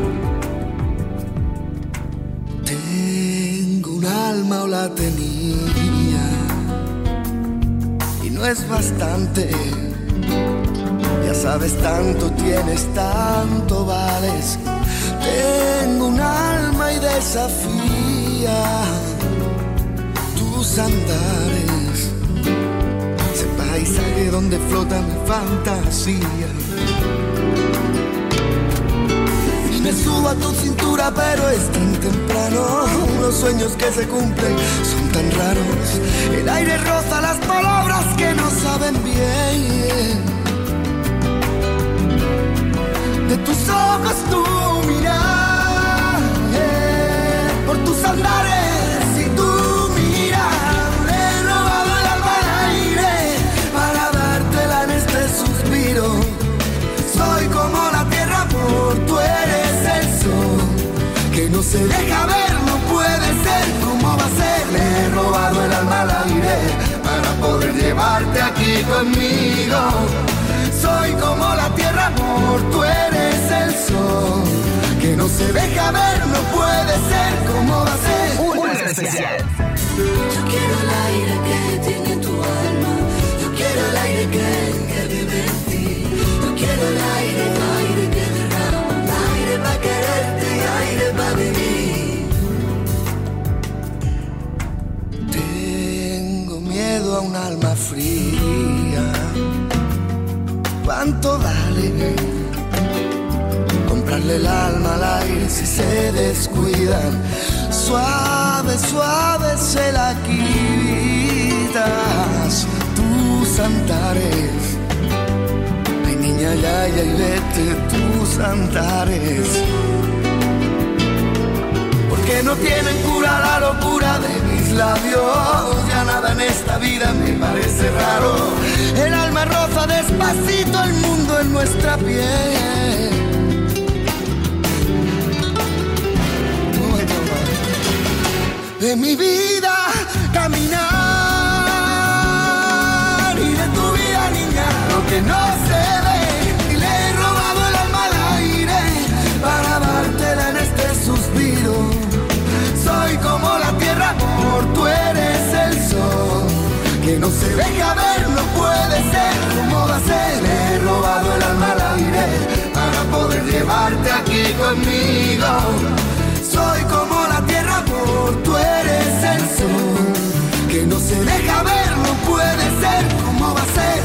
Tengo un alma o la tenía y no es bastante. Ya sabes, tanto tienes, tanto vales. Tengo un alma y desafía tus andares, ese paisaje donde flota mi fantasía. Me subo a tu cintura, pero es tan temprano. Los sueños que se cumplen son tan raros. El aire roza las palabras que no saben bien. De tus ojos tu mirar, por tus andares y tu mirar. He robado el alma al aire para dártela en este suspiro. Soy como la tierra, amor, tú eres el sol que no se deja ver, no puede ser, ¿cómo va a ser? Le he robado el alma al aire para poder llevarte aquí conmigo. Soy como la tierra, amor, tú eres el sol que no se deja ver, no puede ser, ¿cómo va a ser? Ultra especial. Yo quiero el aire que tiene tu alma, yo quiero el aire que vive en ti, yo quiero el aire que derrama, aire para quererte y aire para vivir. Tengo miedo a un alma fría. ¿Cuánto vale comprarle el alma al aire si se descuidan? Suave, suave se la quitas tus andares. Ay, niña, ya, y vete tus andares. Porque no tienen cura la locura de mis labios. Ya nada en esta vida me parece raro. El alma roza despacito el mundo en nuestra piel. De mi vida caminar y de tu vida, niña, lo que no se ve. Y le he robado el alma al aire para dártela en este suspiro. Soy como la tierra, amor, tú eres el sol que no se deja ver, no puede ser, ¿cómo va a ser? Le he robado el alma al aire para poder llevarte aquí conmigo. Soy como la tierra, amor, tú eres el sol que no se deja ver, no puede ser, ¿cómo va a ser?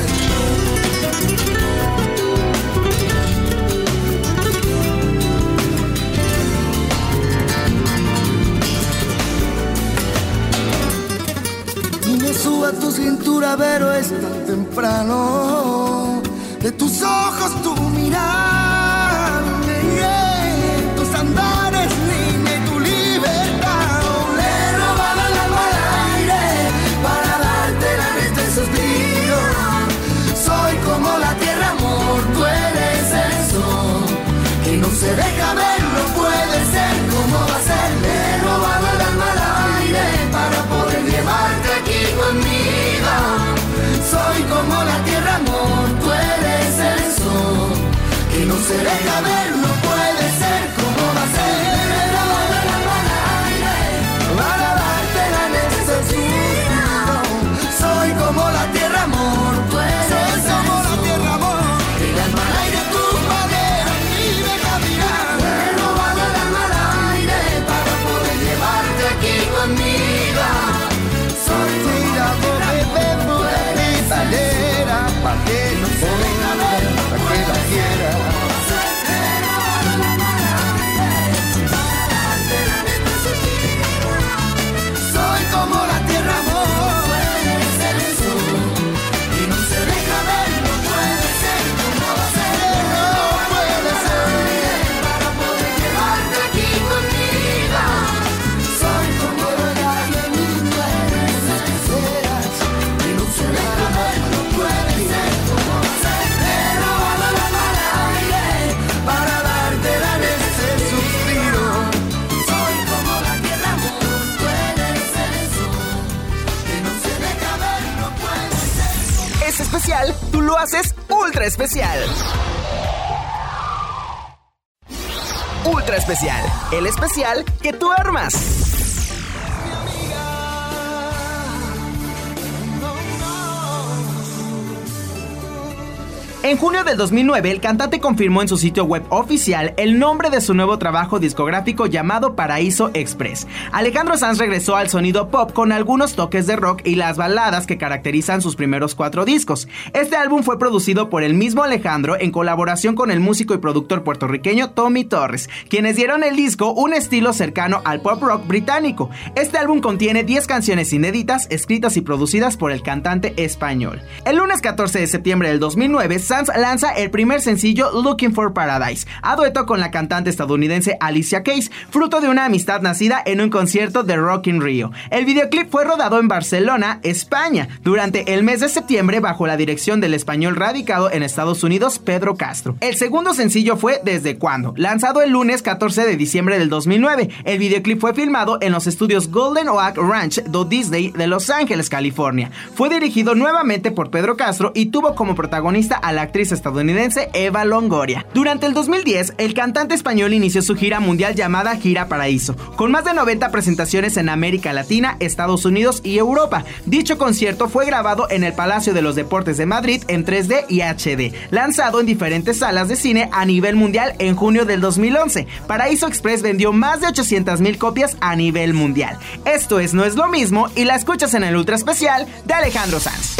Y me subo a tu cintura, pero es tan temprano. De tus ojos tu mirar, tus andares, niña, y tu libertad. Le he robado el alma al aire para dártela en este suspiro. Soy como la tierra, amor, tú eres el sol que no se deja ver, no puede ser, ¿cómo va a ser? Le he robado el alma al aire para poder llevarte aquí conmigo. Soy como se deja ver, no puede ser como va a ser. Pero vale la mala aire para darte la necesito. Soy como la tierra, amor, soy como la tierra, amor. Tiras mal aire tus maderas y deja mirar. Pero vale la mala aire para poder llevarte aquí conmigo. Soy tirador de verbo de cristalera, pa' que no se deja ver, pa' que la quiera. Soy como la tierra, amor, puede ser eso, y no se deja ver, no puede ser como va a ser, no puede ser, para poder llevarte aquí conmigo. Soy como la tierra, y no se deja ver, no puede ser como va a ser, pero vale la mala aire para darte la ese suspiro. Soy como la tierra, amor, puede ser eso, y no se deja ver, no puede ser. Es especial, tú lo haces ultra especial. Ultra especial, el especial que tú armas. En junio del 2009, el cantante confirmó en su sitio web oficial el nombre de su nuevo trabajo discográfico llamado Paraíso Express. Alejandro Sanz regresó al sonido pop con algunos toques de rock y las baladas que caracterizan sus primeros 4 discos. Este álbum fue producido por el mismo Alejandro en colaboración con el músico y productor puertorriqueño Tommy Torres, quienes dieron el disco un estilo cercano al pop rock británico. Este álbum contiene 10 canciones inéditas escritas y producidas por el cantante español. El lunes 14 de septiembre del 2009, Sanz lanza el primer sencillo Looking for Paradise, a dueto con la cantante estadounidense Alicia Keys, fruto de una amistad nacida en un concierto de Rock in Rio. El videoclip fue rodado en Barcelona, España, durante el mes de septiembre bajo la dirección del español radicado en Estados Unidos, Pedro Castro. El segundo sencillo fue Desde Cuándo, lanzado el lunes 14 de diciembre del 2009. El videoclip fue filmado en los estudios Golden Oak Ranch do Disney de Los Ángeles, California. Fue dirigido nuevamente por Pedro Castro y tuvo como protagonista a la actriz estadounidense Eva Longoria. Durante el 2010, el cantante español inició su gira mundial llamada Gira Paraíso, con más de 90 presentaciones en América Latina, Estados Unidos y Europa. Dicho concierto fue grabado en el Palacio de los Deportes de Madrid en 3D y HD, lanzado en diferentes salas de cine a nivel mundial en junio del 2011. Paraíso Express vendió más de 800,000 copias a nivel mundial. Esto es No es lo mismo y la escuchas en el ultra especial de Alejandro Sanz.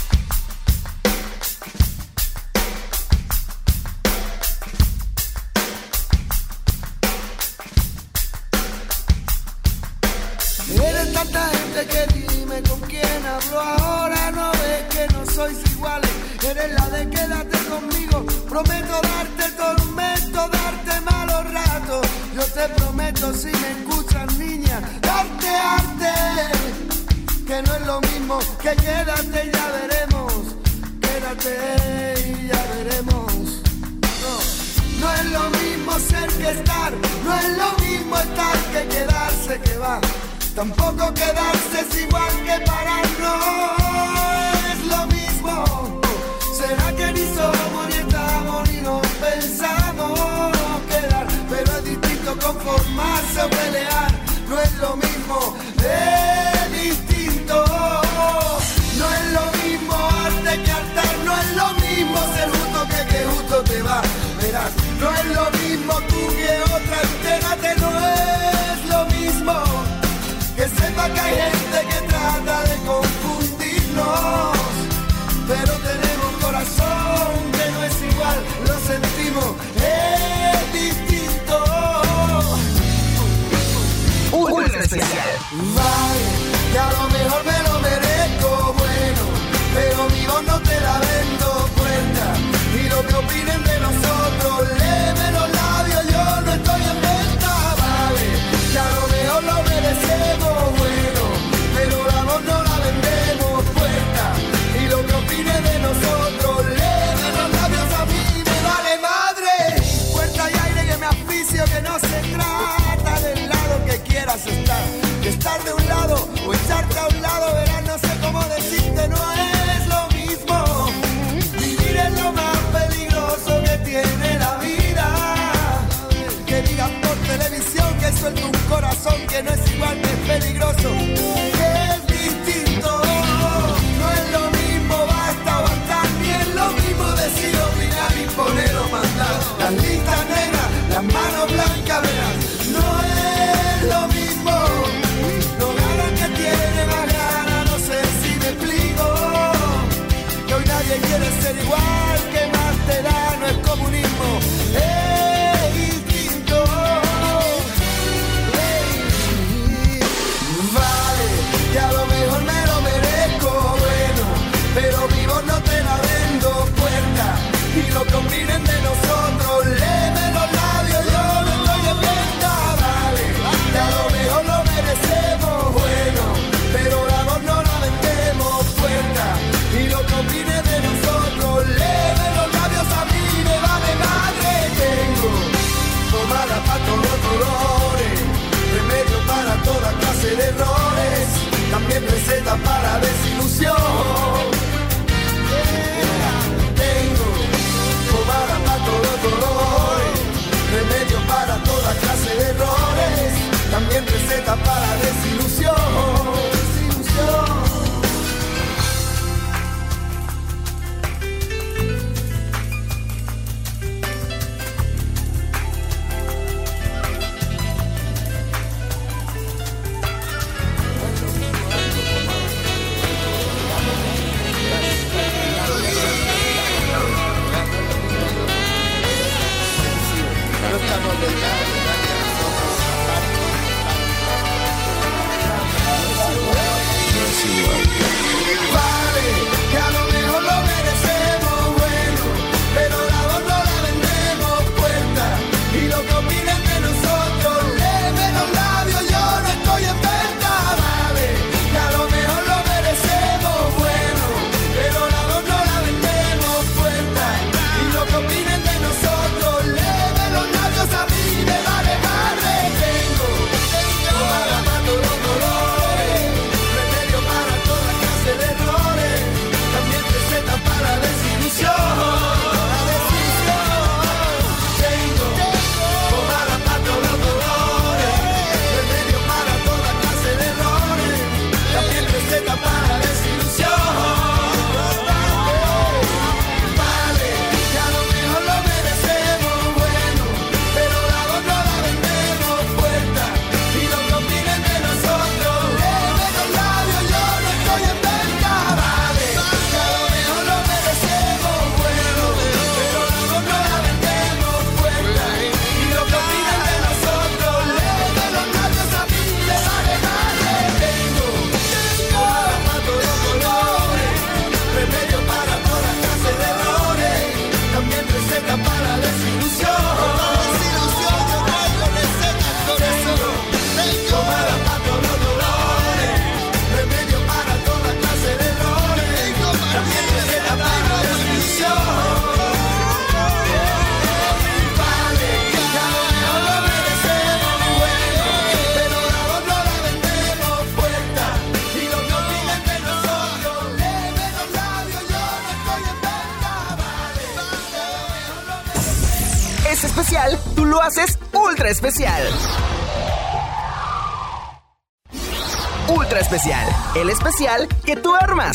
Eres tanta gente que dime con quién hablo ahora. No ves que no sois iguales. Eres la de quédate conmigo. Prometo darte tormento, darte malos ratos. Yo te prometo, si me escuchas, niña, darte arte. Que no es lo mismo que quédate y ya veremos. Quédate y ya veremos. No es lo mismo ser que estar. No es lo mismo estar que quedarse, que va. Tampoco quedarse es igual que parar, no es lo mismo. ¿Será que ni somos ni estamos ni nos pensamos quedar? Pero es distinto conformarse o pelear. No es lo mismo, es distinto. No es lo mismo arte que altar. No es lo mismo ser justo que justo te va. Verás, no es lo mismo tú que otra. Entérate, no es lo mismo. Que sepa que hay gente que trata de confundirnos, pero tenemos corazón que no es igual, lo sentimos, es distinto. Ultra especial. Vale, que a lo mejor me lo merezco, bueno, pero mi voz no te la vendo puerta. Y lo que opinen de nosotros, léeme los labios, yo no estoy en venta. Vale, que a lo mejor lo merecemos, bueno, pero la voz no la vendemos puerta. Y lo que opine de nosotros, léeme los labios, a mí me vale madre. Puerta y aire que me asfixio, que no se trata del lado que quieras estar. Que estar de un lado o echarte a un lado, verás, no sé cómo decirte, no es lo mismo. Vivir es lo más peligroso que tiene la vida. que no es igual, que es peligroso, que es distinto. No es lo mismo, basta o basta, ni es lo mismo decir, opinar, imponer o mandar. Las listas negras, las manos blancas, verás, no es lo mismo. No gana el que tiene más ganas, no sé si me explico. Que hoy nadie quiere ser igual, que más te da, no es comunismo, es instinto. Vale, que a lo mejor me lo merezco, bueno, pero vivo no te la vendo, puerta, y lo que opinen de nosotros, léeme los labios, yo no estoy en venta. Vale, que a lo mejor lo merecemos, bueno, pero la voz no la vendemos, puerta, y lo que opinen de nosotros, léeme los labios, a mí me vale madre. Tengo pomada para todos los colores, remedio para toda clase de errores, también receta para desilusión. Tengo pomada para todos los colores, remedio para toda clase de errores, también receta para desilusión. Vale, que a lo mejor lo merecemos, bueno, pero la voz no la vendemos, puerta, y lo que opinen de nosotros, léeme los labios, yo no estoy en venta. Vale, que a lo mejor lo merecemos, bueno, pero la voz no la vendemos, puerta, y lo que opinen de nosotros, léeme los labios, a mí me vale madre. Tengo pomada para todos los colores, remedio para toda clase de errores, también receta para desilusión. Tengo pomada para todos los colores, remedio para toda clase de errores, también receta para desilusión. Vale, que a lo mejor lo merecemos, bueno, pero la voz no la vendemos, puerta, y lo que opinen de nosotros, léeme los labios, yo no estoy en venta. Vale, que a lo mejor lo merecemos, bueno, pero la voz no la vendemos, puerta, y lo que opinen de nosotros, léeme los labios, a mí me vale madre. Tengo pomada para todos los colores, remedio para toda clase de errores, también receta para desilusión. Pomada para todos los colores, remedio para toda clase de errores, también receta para desilusión. Vale, que a lo mejor lo merecemos, bueno, pero la voz no la vendemos, puerta, y lo que opinen de nosotros, léeme los labios, yo no estoy en venta. Vale, que a lo mejor lo merecemos. Es especial, tú lo haces ultra especial. Ultra especial, el especial que tú armas.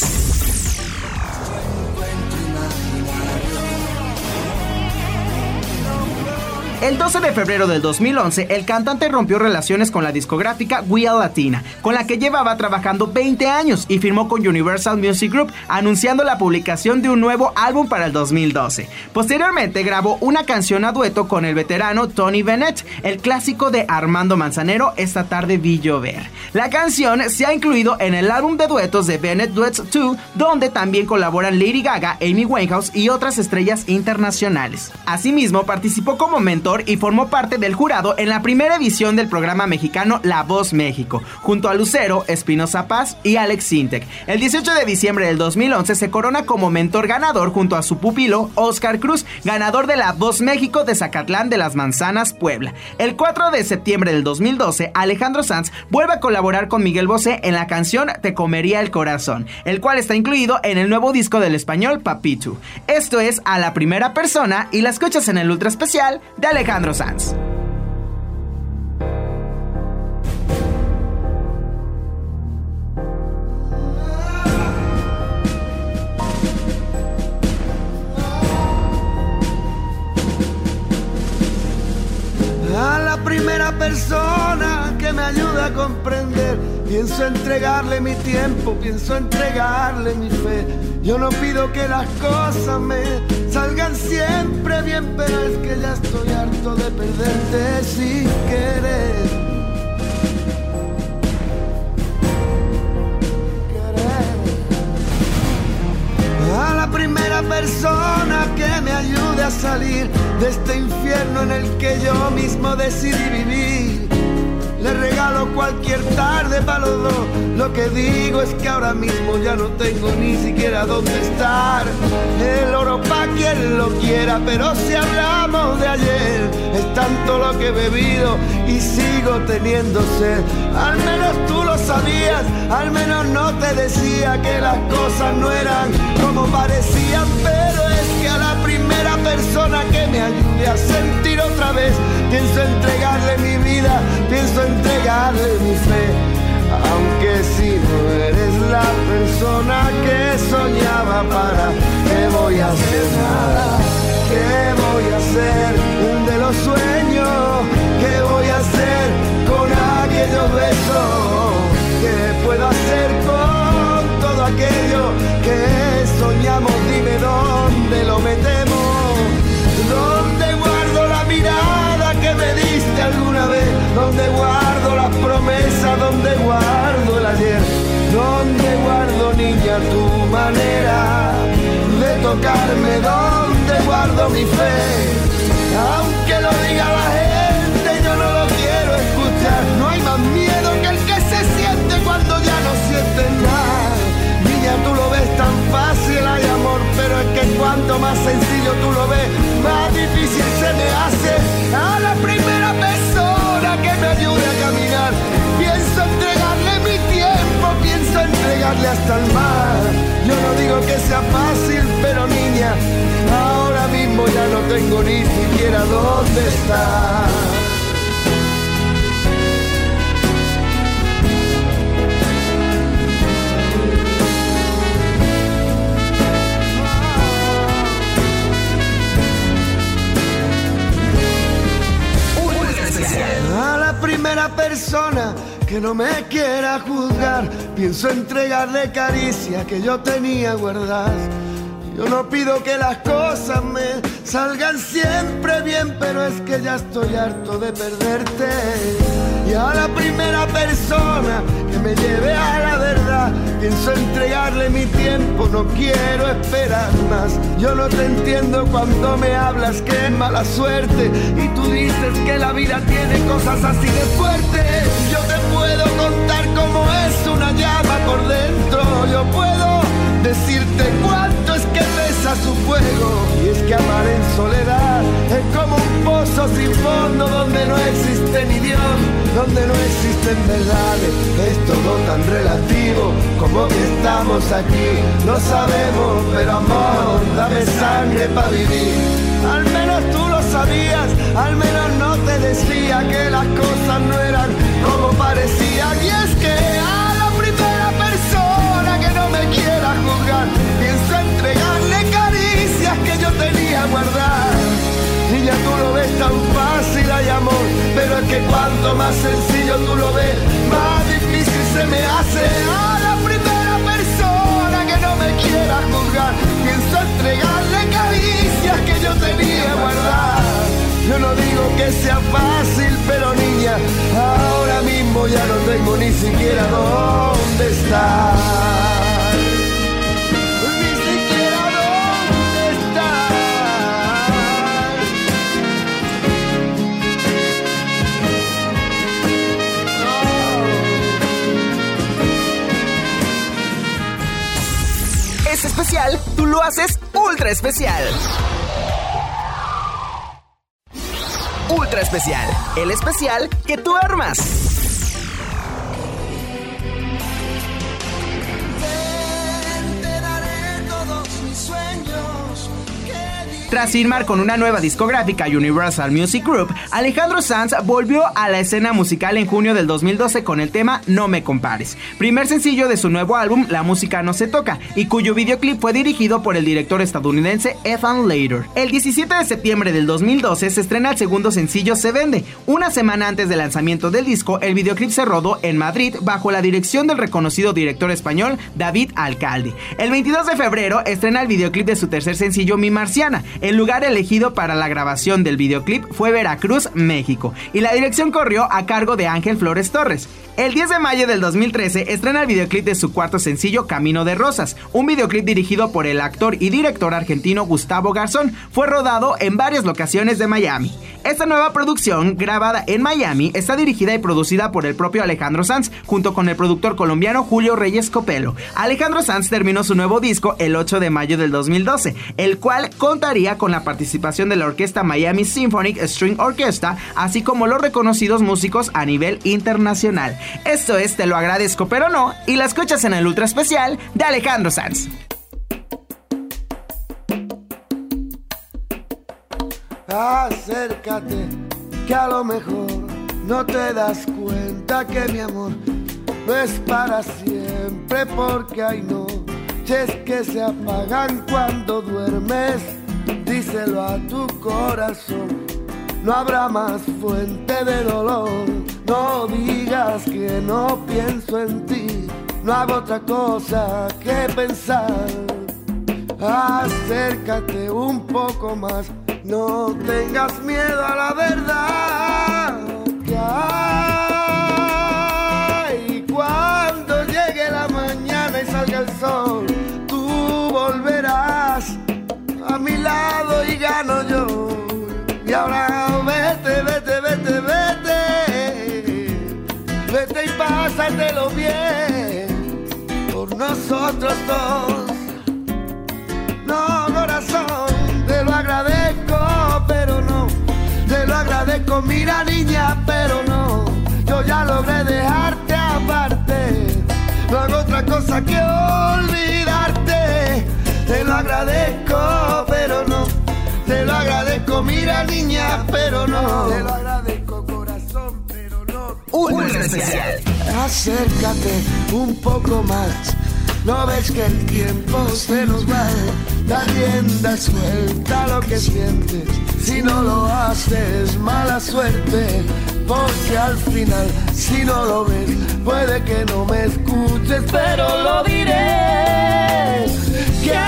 El 12 de febrero del 2011, el cantante rompió relaciones con la discográfica We Are Latina, con la que llevaba trabajando 20 años y firmó con Universal Music Group, anunciando la publicación de un nuevo álbum para el 2012. Posteriormente grabó una canción a dueto con el veterano Tony Bennett, el clásico de Armando Manzanero, Esta tarde vi llover. La canción se ha incluido en el álbum de duetos de Bennett Duets 2, donde también colaboran Lady Gaga, Amy Winehouse y otras estrellas internacionales. Asimismo, participó como mentor y formó parte del jurado en la primera edición del programa mexicano La Voz México, junto a Lucero, Espinosa Paz y Alex Sintek. El 18 de diciembre del 2011 se corona como mentor ganador junto a su pupilo Oscar Cruz, ganador de La Voz México de Zacatlán de las Manzanas, Puebla. El 4 de septiembre del 2012, Alejandro Sanz vuelve a colaborar con Miguel Bosé en la canción Te comería el corazón, el cual está incluido en el nuevo disco del español Papitu. Esto es A la Primera Persona y la escuchas en el ultra especial de Alejandro Sanz. persona que me ayude a comprender. Pienso entregarle mi tiempo, pienso entregarle mi fe. Yo no pido que las cosas me salgan siempre bien, pero es que ya estoy harto de perderte sin querer. A la primera persona que me ayude a salir de este infierno en el que yo mismo decidí vivir, le regalo cualquier tarde para los dos. Lo que digo es que ahora mismo ya no tengo ni siquiera dónde estar. El oro pa' quien lo quiera, pero si hablamos de ayer, es tanto lo que he bebido y sigo teniendo sed. Al menos tú lo sabías, al menos no te decía que las cosas no eran como parecían. Pero es que a la primera persona que me ayude a sentir otra vez, pienso entregarle mi vida, pienso entregarle mi fe. Aunque si no eres la persona que soñaba, ¿para qué voy a hacer nada? ¿Qué voy a hacer de los sueños? ¿Qué voy a hacer con aquellos besos? ¿Qué puedo hacer con todo aquello que soñamos? Dime dónde lo metemos. ¿Dónde guardo la mirada que me diste alguna vez? ¿Dónde guardo las promesas? ¿Dónde guardo el ayer? ¿Dónde guardo, niña, tu manera de tocarme? ¿Dónde guardo mi fe? Aunque lo diga la gente, yo no lo quiero escuchar. No hay más miedo que el que se siente cuando ya no sientes nada. Niña, tú lo ves tan fácil, hay amor, pero es que cuanto más sencillo tú lo ves, más difícil se me hace. A la primera persona que me ayude a caminar, pienso entregarle mi tiempo, pienso entregarle hasta el mar. Yo no digo que sea fácil, pero niña, ahora mismo ya no tengo ni siquiera dónde estar. A la primera persona que no me quiera juzgar, pienso entregarle caricias que yo tenía guardadas. Yo no pido que las cosas me salgan siempre bien, pero es que ya estoy harto de perderte. Y a la primera persona que me lleve a la verdad, pienso entregarle mi tiempo, no quiero esperar más. Yo no te entiendo cuando me hablas que es mala suerte y tú dices que la vida tiene cosas así de fuertes. Yo te puedo contar cómo es una llama por dentro, yo puedo decirte cuánto es que pesa su fuego. Y es que amar en soledad es como un pozo sin fondo donde no existe ni Dios, donde no existen verdades. Es todo tan relativo como que estamos aquí. No sabemos, pero amor, dame sangre para vivir. Al menos tú lo sabías, al menos no te decía que las cosas no eran como parecían. Y es que a la primera persona que no me quiera juzgar, pienso entregarle caricias que yo tenía guardadas. Niña, tú lo ves tan fácil, hay amor, pero es que cuanto más sencillo tú lo ves, más difícil se me hace. A la primera persona que no me quiera juzgar, pienso entregarle caricias que yo tenía guardadas. Yo no digo que sea fácil, pero niña, ahora mismo ya no tengo ni siquiera dónde estar. Es especial, tú lo haces ultra especial. Ultra especial, el especial que tú armas. Tras firmar con una nueva discográfica, Universal Music Group, Alejandro Sanz volvió a la escena musical en junio del 2012 con el tema No me compares, primer sencillo de su nuevo álbum La música no se toca, y cuyo videoclip fue dirigido por el director estadounidense Ethan Later. El 17 de septiembre del 2012 se estrena el segundo sencillo Se Vende. Una semana antes del lanzamiento del disco, el videoclip se rodó en Madrid bajo la dirección del reconocido director español David Alcalde. El 22 de febrero estrena el videoclip de su tercer sencillo Mi Marciana. El lugar elegido para la grabación del videoclip fue Veracruz, México, y la dirección corrió a cargo de Ángel Flores Torres. El 10 de mayo del 2013 estrena el videoclip de su cuarto sencillo Camino de Rosas, un videoclip dirigido por el actor y director argentino Gustavo Garzón. Fue rodado en varias locaciones de Miami. Esta nueva producción, grabada en Miami, está dirigida y producida por el propio Alejandro Sanz, junto con el productor colombiano Julio Reyes Copelo. Alejandro Sanz terminó su nuevo disco el 8 de mayo del 2012, el cual contaría con la participación de la orquesta Miami Symphonic String Orchestra, así como los reconocidos músicos a nivel internacional. Esto es Te lo agradezco pero no, y la escuchas en el ultra especial de Alejandro Sanz. Acércate, que a lo mejor no te das cuenta que mi amor no es para siempre, porque hay noches que se apagan cuando duermes. Díselo a tu corazón, no habrá más fuente de dolor. No digas que no pienso en ti, no hago otra cosa que pensar. Acércate un poco más, no tengas miedo a la verdad que hay. Cuando llegue la mañana y salga el sol, tú volverás a mi lado y gano yo. Y ahora vete, vete, vete, vete, vete y pásatelo bien por nosotros dos. No, corazón, te lo agradezco, pero no, te lo agradezco, mira niña, pero no, yo ya logré dejarte aparte, no hago otra cosa que olvidarte. Te lo agradezco, pero no, te lo agradezco, mira niña, pero no, te lo agradezco, corazón, pero no. Ultra especial. Acércate un poco más, no ves que el tiempo se nos va, da rienda suelta a lo que sientes, si no lo haces mala suerte, porque al final si no lo ves puede que no me escuches, pero lo diré que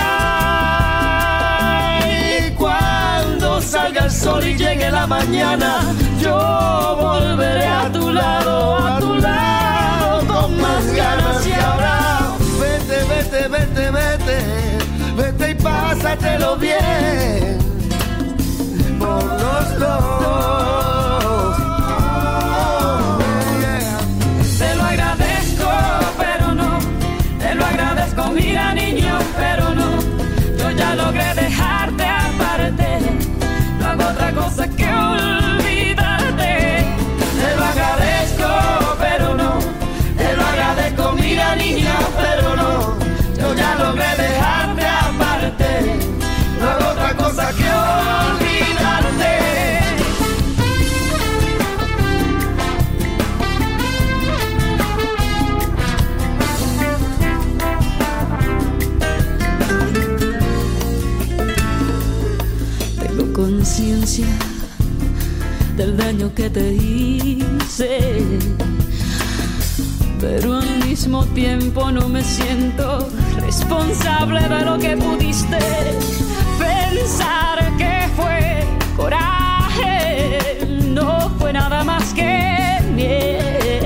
hay. Cuando salga el sol y llegue la mañana, yo volveré a tu lado con más ganas. Y ahora vete, vete, vete, vete, vete y pásatelo bien por los dos. Yeah. Te lo agradezco, pero no, te lo agradezco, mira niño, pero no, yo ya logré dejarte aparte, no hago otra cosa que olvidarte. Te lo agradezco, pero no, te lo agradezco, mira niña, pero no, yo ya logré dejarte aparte, no hago otra cosa que olvidarte. Tengo conciencia del daño que te hice, pero al mismo tiempo no me siento responsable de lo que pudiste pensar que fue coraje, no fue nada más que miedo.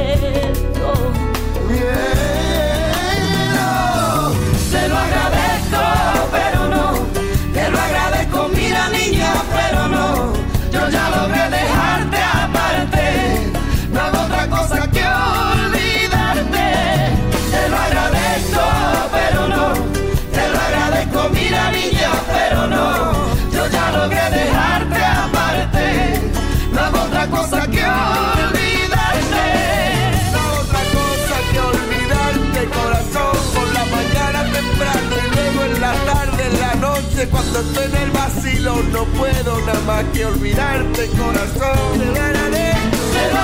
Te lo agradezco, pero no, te lo agradezco, mira niña, pero no, yo ya logré dejarte aparte, no hago otra cosa que olvidarte. Te lo agradezco, pero no, te lo agradezco, mira niña, pero no, yo ya logré dejarte aparte. estoy en el vacilo, no puedo nada más que olvidarte, corazón. Te lo agradezco,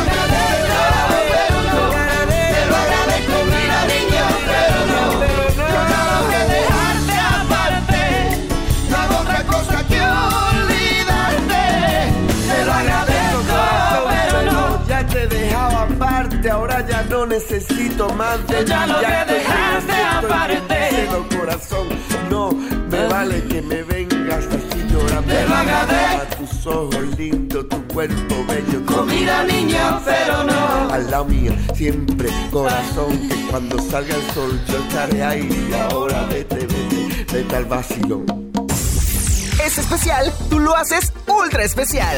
pero no. Te lo agradezco, mira niño, pero no. Yo tengo que dejarte aparte, no hago otra cosa que olvidarte. Te lo agradezco, pero no. Ya te dejaba aparte, ahora ya no necesito más de ti. Ya lo que dejaste aparte. Corazón, no me vale que me vengas así llorando. Te lo agradezco. A tus ojos lindos, tu cuerpo bello. Comida niña, pero no. Al lado mío, siempre, corazón, que cuando salga el sol yo estaré ahí. Y ahora vete, vete, vete al vacilón. Es especial, tú lo haces ultra especial.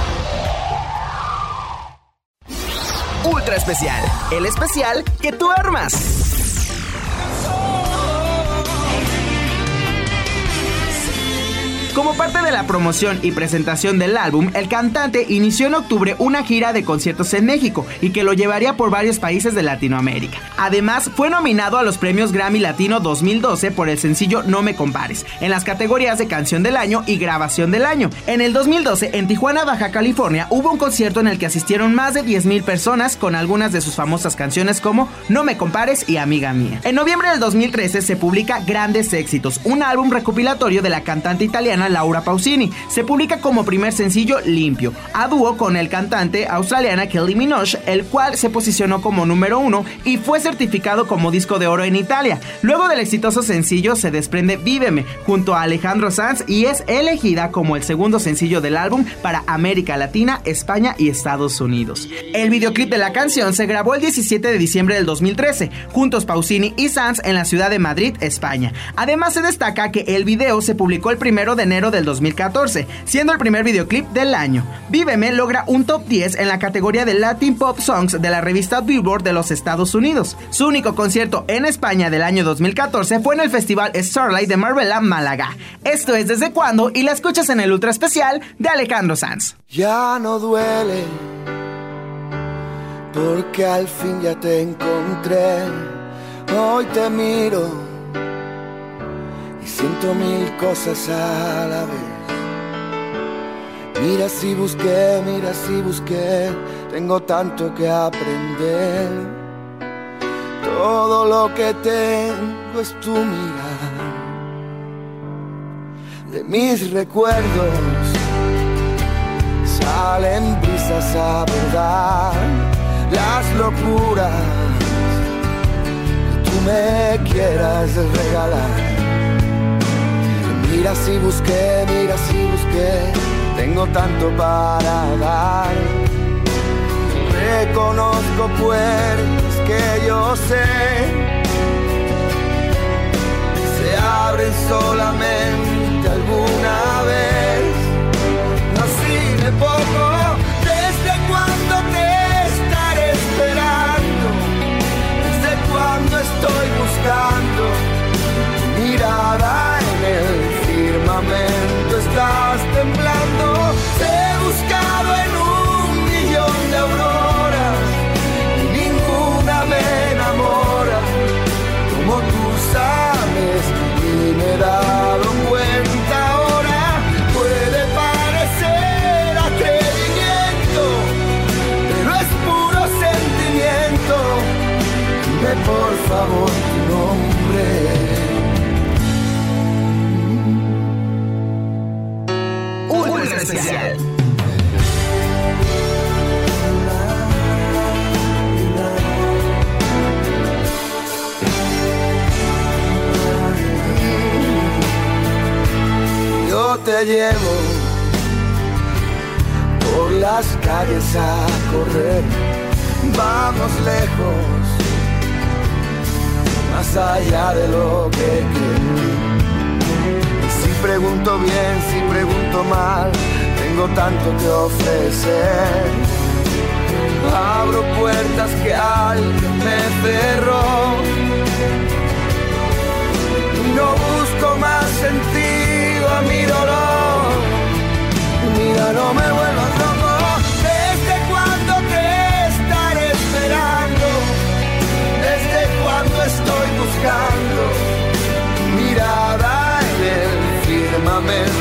Ultra especial, el especial que tú armas. Como parte de la promoción y presentación del álbum, el cantante inició en octubre una gira de conciertos en México y que lo llevaría por varios países de Latinoamérica. Además, fue nominado a los premios Grammy Latino 2012 por el sencillo No Me Compares, en las categorías de Canción del Año y Grabación del Año. En el 2012, en Tijuana, Baja California, hubo un concierto en el que asistieron más de 10,000 personas con algunas de sus famosas canciones como No Me Compares y Amiga Mía. En noviembre del 2013 se publica Grandes Éxitos, un álbum recopilatorio de la cantante italiana Laura Pausini. Se publica como primer sencillo Limpio, a dúo con el cantante australiana Kylie Minogue, el cual se posicionó como número 1 y fue certificado como disco de oro en Italia. Luego del exitoso sencillo se desprende Víveme junto a Alejandro Sanz y es elegida como el segundo sencillo del álbum para América Latina, España y Estados Unidos. El videoclip de la canción se grabó el 17 de diciembre del 2013, juntos Pausini y Sanz en la ciudad de Madrid, España. Además se destaca que el video se publicó el 1 de enero del 2014, siendo el primer videoclip del año. Víveme logra un top 10 en la categoría de Latin Pop Songs de la revista Billboard de los Estados Unidos. Su único concierto en España del año 2014 fue en el festival Starlight de Marbella, Málaga. Esto es Desde Cuándo y la escuchas en el ultra especial de Alejandro Sanz. Ya no duele, porque al fin ya te encontré. Hoy te miro y siento mil cosas a la vez. Mira si busqué, tengo tanto que aprender. Todo lo que tengo es tu mirar. De mis recuerdos salen brisas a verdad, las locuras que tú me quieras regalar. Mira si busqué, tengo tanto para dar. Reconozco puertas que yo sé se abren solamente alguna vez. No así de poco, ¿desde cuándo te estaré esperando? ¿Desde cuándo estoy buscando tu mirada en el firmamento? Estás temblando, te he buscado en 1,000,000 de auroras y ninguna me enamora como tú sabes y me he dado cuenta ahora. Puede parecer atrevimiento, pero es puro sentimiento. Dime por favor tu nombre. Especial. Yo te llevo por las calles a correr, vamos lejos, más allá de lo que creo. Si pregunto bien, si pregunto mal, tengo tanto que ofrecer. Abro puertas que alguien me cerró. No busco más sentido a mi dolor. Mira, no me vuelvas loco. ¿Desde cuándo te estaré esperando? ¿Desde cuándo estoy buscando tu mirada en el firmamento?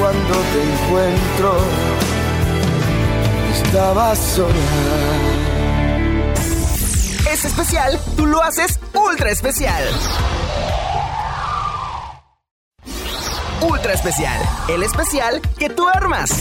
cuando te encuentro estabas sola. Es especial, tú lo haces ultra especial. Ultra especial, el especial que tú armas.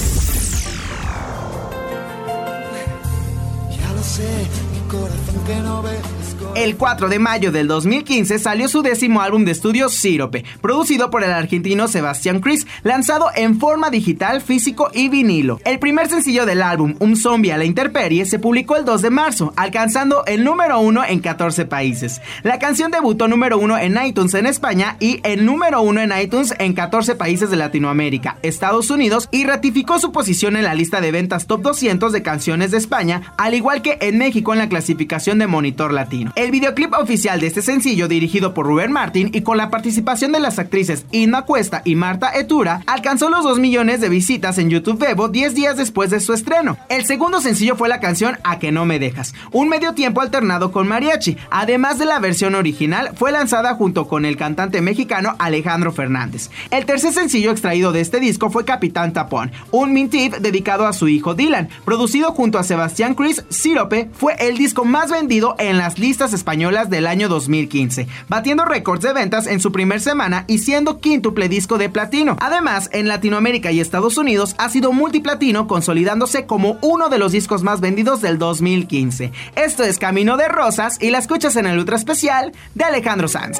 Ya lo sé, mi corazón que no ves. El 4 de mayo del 2015 salió su 10º álbum de estudio, Sírope, producido por el argentino Sebastián Cris, lanzado en forma digital, físico y vinilo. El primer sencillo del álbum, Un zombie a la intemperie, se publicó el 2 de marzo, alcanzando el número 1 en 14 países. La canción debutó número 1 en iTunes en España y el número 1 en iTunes en 14 países de Latinoamérica, Estados Unidos, y ratificó su posición en la lista de ventas Top 200 de canciones de España, al igual que en México en la clasificación de Monitor Latino. El videoclip oficial de este sencillo, dirigido por Rubén Martín y con la participación de las actrices Inma Cuesta y Marta Etura, alcanzó los 2 millones de visitas en YouTube Vevo 10 días después de su estreno. El segundo sencillo fue la canción A que no me dejas, un medio tiempo alternado con mariachi. Además de la versión original, fue lanzada junto con el cantante mexicano Alejandro Fernández. El tercer sencillo extraído de este disco fue Capitán Tapón, un mintif dedicado a su hijo Dylan. Producido junto a Sebastián Cris, Sírope fue el disco más vendido en las listas españolas del año 2015, batiendo récords de ventas en su primer semana y siendo quíntuple disco de platino. Además, en Latinoamérica y Estados Unidos ha sido multiplatino, consolidándose como uno de los discos más vendidos del 2015. Esto es Camino de Rosas y la escuchas en el ultra especial de Alejandro Sanz.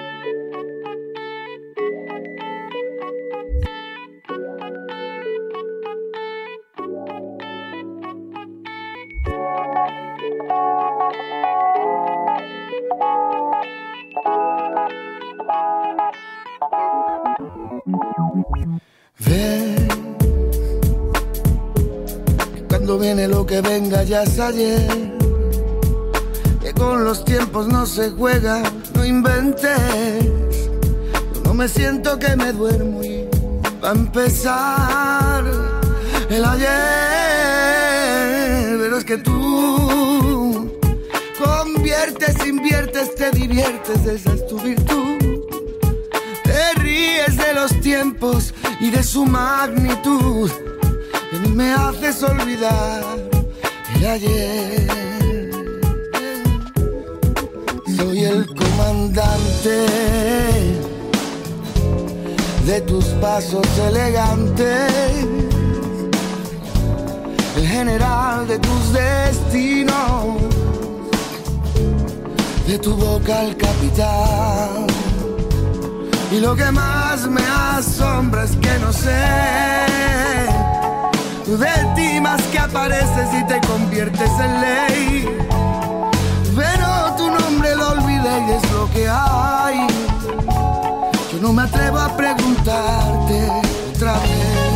Ven, cuando viene lo que venga ya es ayer, que con los tiempos no se juega, no inventes. Yo no me siento que me duermo y va a empezar el ayer, pero es que tú conviertes, inviertes, te diviertes, esa es tu virtud. Te ríes de los tiempos y de su magnitud, que ni me haces olvidar el ayer. Soy el comandante de tus pasos elegantes, el general de tus destinos, de tu boca el capitán. Y lo que más me asombra es que no sé de ti más que apareces y te conviertes en ley. Pero tu nombre lo olvidé y es lo que hay. Yo no me atrevo a preguntarte otra vez.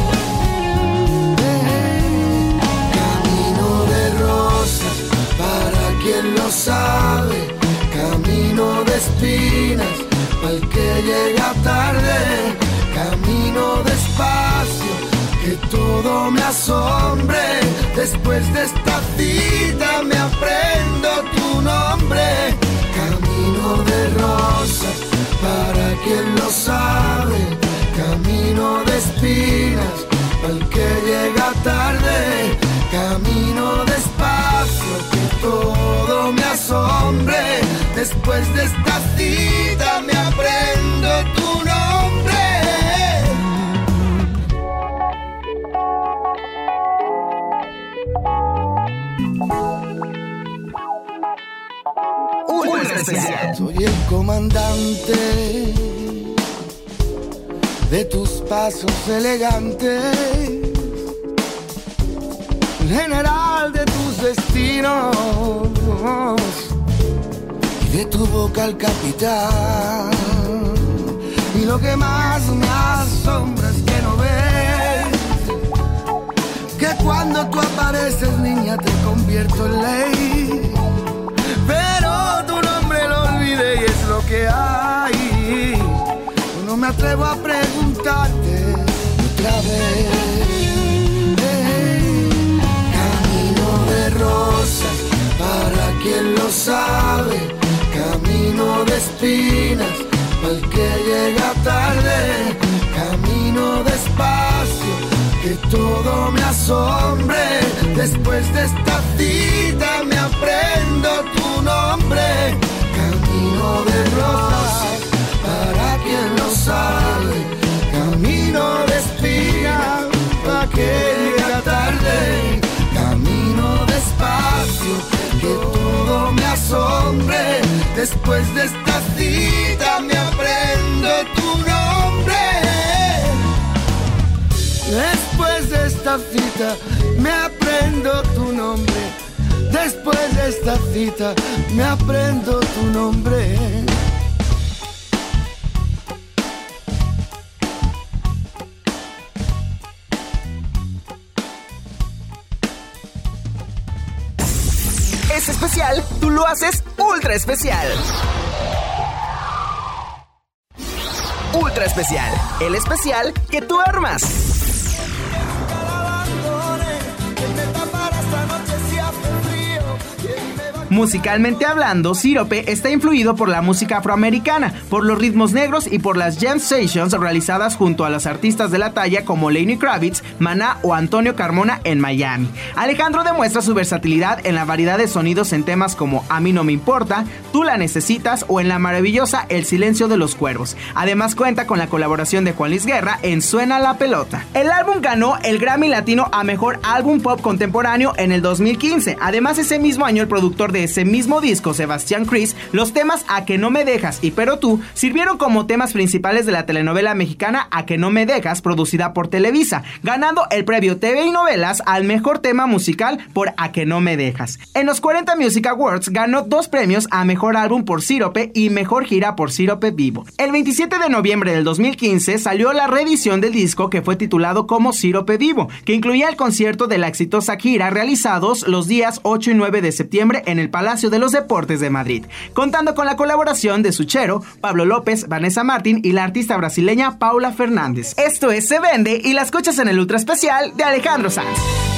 Camino de rosas, para quien lo sabe. Camino de espinas, al que llega tarde, camino despacio, que todo me asombre. Después de esta cita me aprendo tu nombre. Camino de rosas, para quien lo sabe. Camino de espinas, al que llega tarde. Camino despacio, que todo me asombre. Después de esta cita me aprendo tu nombre. Ultra especial. Soy el comandante de tus pasos elegantes, el general de tus destinos, de tu boca el capitán. Y lo que más me asombra es que no ves que cuando tú apareces, niña, te convierto en ley. Pero tu nombre lo olvidé y es lo que hay. Yo no me atrevo a preguntarte otra vez. Camino de rosas, para quien lo sabe. Camino de espinas, al que llega tarde. Camino despacio, todo me asombre. Después de esta cita me aprendo tu nombre. Camino de rosas, para quien lo sabe. Camino de espigas, para que llega tarde. Camino despacio, que todo me asombre. Después de esta cita me aprendo tu nombre. Después de esta cita me aprendo tu nombre. Después de esta cita me aprendo tu nombre. Es especial, tú lo haces ultra especial. Ultra especial, el especial que tú armas. Musicalmente hablando, Sirope está influido por la música afroamericana, por los ritmos negros y por las jam sessions realizadas junto a los artistas de la talla como Lenny Kravitz, Maná o Antonio Carmona en Miami. Alejandro demuestra su versatilidad en la variedad de sonidos en temas como A mí no me importa, Tú la necesitas o en la maravillosa El silencio de los cuervos. Además cuenta con la colaboración de Juan Luis Guerra en Suena la pelota. El álbum ganó el Grammy Latino a Mejor Álbum Pop Contemporáneo en el 2015. Además, ese mismo año el productor de ese mismo disco, Sebastián Cris, los temas A que no me dejas y Pero tú sirvieron como temas principales de la telenovela mexicana A que no me dejas, producida por Televisa, ganando el premio TV y Novelas al mejor tema musical por A que no me dejas. En los 40 Music Awards ganó 2 premios a Mejor Álbum por Sirope y Mejor Gira por Sirope Vivo. El 27 de noviembre del 2015 salió la reedición del disco que fue titulado como Sirope Vivo, que incluía el concierto de la exitosa gira realizados los días 8 y 9 de septiembre en el Palacio de los Deportes de Madrid, contando con la colaboración de Suchero, Pablo López, Vanessa Martín y la artista brasileña Paula Fernández. Esto es Se Vende y la escuchas en el ultra especial de Alejandro Sanz.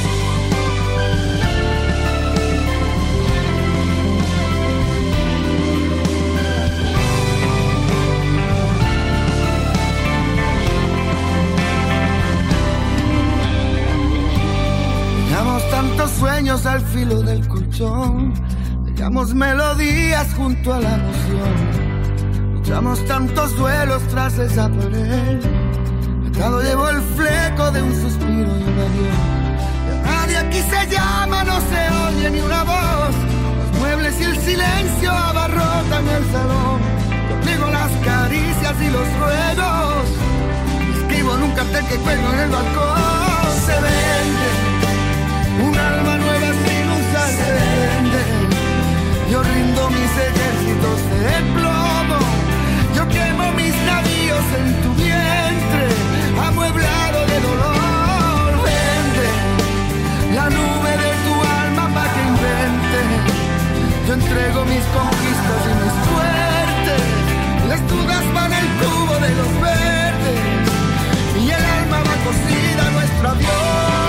Dejamos tantos sueños al filo del colchón. Dejamos melodías junto a la emoción. Luchamos tantos duelos tras esa pared. Atado llevo el fleco de un suspiro y un adiós. Ya nadie aquí se llama, no se oye ni una voz. Los muebles y el silencio abarrotan el salón. Conmigo las caricias y los ruegos. Escribo en un cartel que cuelgo en el balcón. Se vende un alma nueva sin usar, se vende. Yo rindo mis ejércitos de plomo. Yo quemo mis navíos en tu vientre, amueblado de dolor. Vende la nube de tu alma pa' que invente. Yo entrego mis conquistas y mis suertes. Las dudas van al tubo de los verdes y el alma va cosida a nuestro adiós.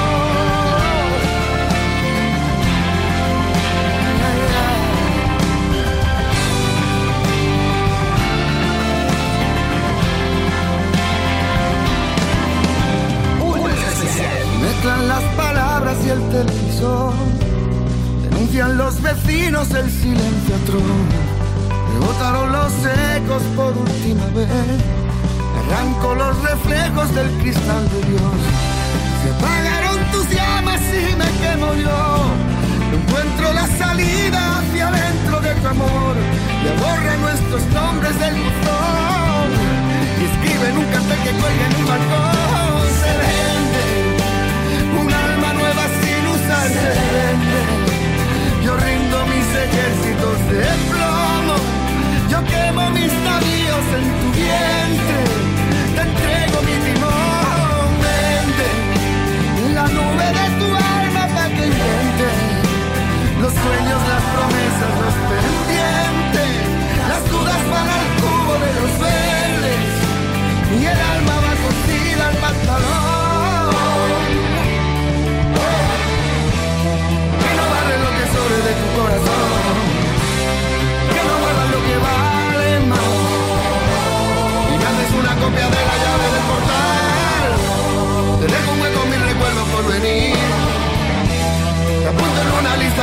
Mezclan las palabras y el televisor. Denuncian los vecinos el silencio atroz. Rebotaron los ecos por última vez. Arranco los reflejos del cristal de Dios. Se apagaron tus llamas y me quemo yo. No encuentro la salida hacia adentro de tu amor. Le borra nuestros nombres del buzón y escribe en un cartel que cuelga en un balcón. Se vende un alma nueva sin usar, se vende. Yo rindo mis ejércitos de plomo. Yo quemo mis navíos en tu vientre. Te entrego mi timón. Vende la nube de tu alma pa' que invente. Los sueños, las promesas, los pendientes. Las dudas van al cubo de los verdes y el alma va cosida al pantalón.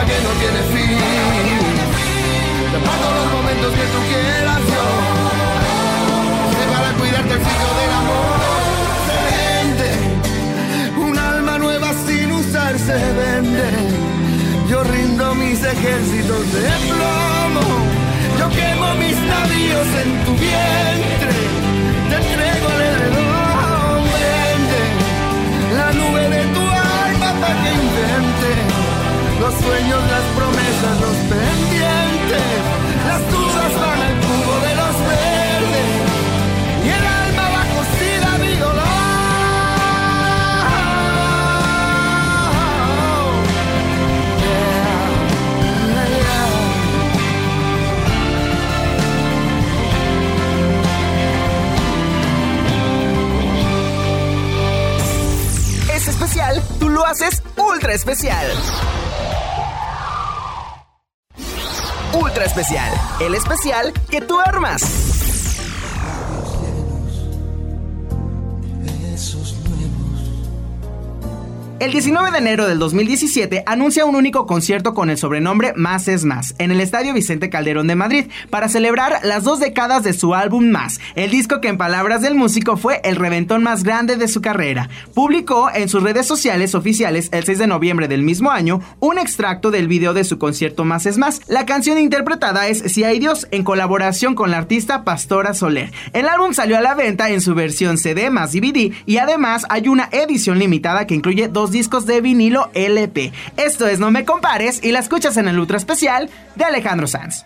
que no tiene fin. Te paso los momentos que tú quieras yo. Que para cuidarte el sitio del amor se vende. Un alma nueva sin usar se vende. Yo rindo mis ejércitos de plomo. Yo quemo mis navíos en tu vientre. Te entrego el edredón. Vende la nube de tu alma para que invente los sueños, las promesas, los pendientes. Las dudas van al cubo de los verdes y el alma va cocida a mi dolor. Es especial, tú lo haces ultra especial. Ultra especial, el especial que tú armas. El 19 de enero del 2017 anuncia un único concierto con el sobrenombre Más es Más en el Estadio Vicente Calderón de Madrid para celebrar las 2 décadas de su álbum Más, el disco que en palabras del músico fue el reventón más grande de su carrera. Publicó en sus redes sociales oficiales el 6 de noviembre del mismo año un extracto del video de su concierto Más es Más. La canción interpretada es Si hay Dios en colaboración con la artista Pastora Soler. El álbum salió a la venta en su versión CD más DVD y además hay una edición limitada que incluye 2 discos de vinilo LP. Esto es No Me Compares y la escuchas en el ultra especial de Alejandro Sanz.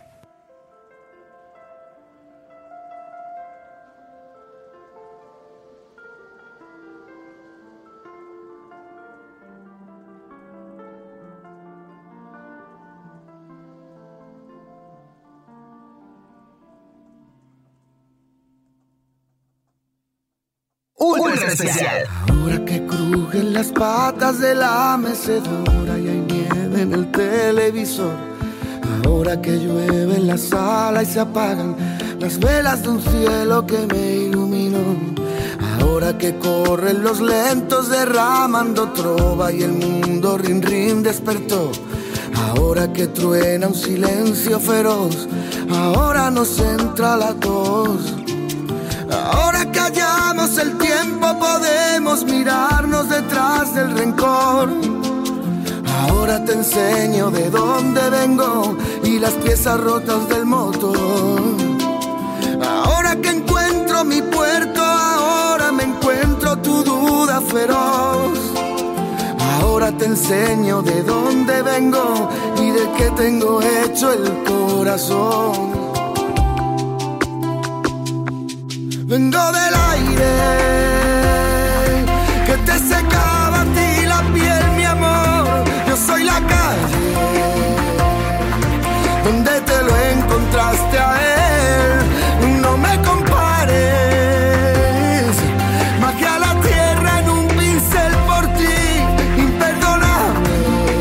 Ultra especial. Ahora que crujen las patas de la mecedora y hay nieve en el televisor. Ahora que llueve en la sala y se apagan las velas de un cielo que me iluminó. Ahora que corren los lentos derramando trova y el mundo rin rin despertó. Ahora que truena un silencio feroz, ahora nos entra la tos. Ahora que hallamos el tiempo podemos mirarnos detrás del rencor. Ahora te enseño de dónde vengo y las piezas rotas del motor. Ahora que encuentro mi puerto, ahora me encuentro tu duda feroz. Ahora te enseño de dónde vengo y de qué tengo hecho el corazón. Vengo del aire que te secaba a ti la piel, mi amor. Yo soy la calle donde te lo encontraste a él. No me compares, bajé a la tierra en un pincel por ti, imperdonable.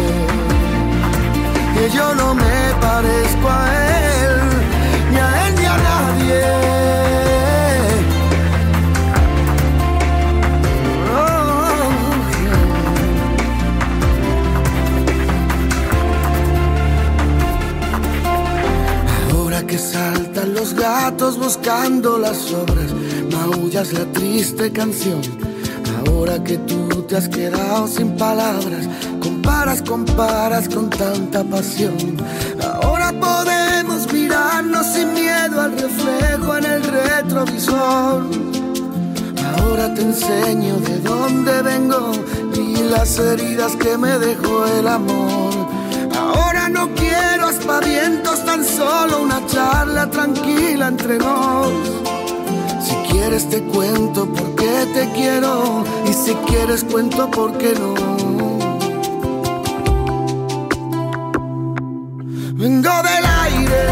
Que yo no me parezco a él, ni a él ni a nadie. Que saltan los gatos buscando las sobras, maullas la triste canción. Ahora que tú te has quedado sin palabras, comparas con tanta pasión. Ahora podemos mirarnos sin miedo al reflejo en el retrovisor. Ahora te enseño de dónde vengo y las heridas que me dejó el amor. Ahora no quiero aspavientos, tan solo una charla tranquila entre nos. Si quieres te cuento por qué te quiero y si quieres cuento por qué no. Vengo del aire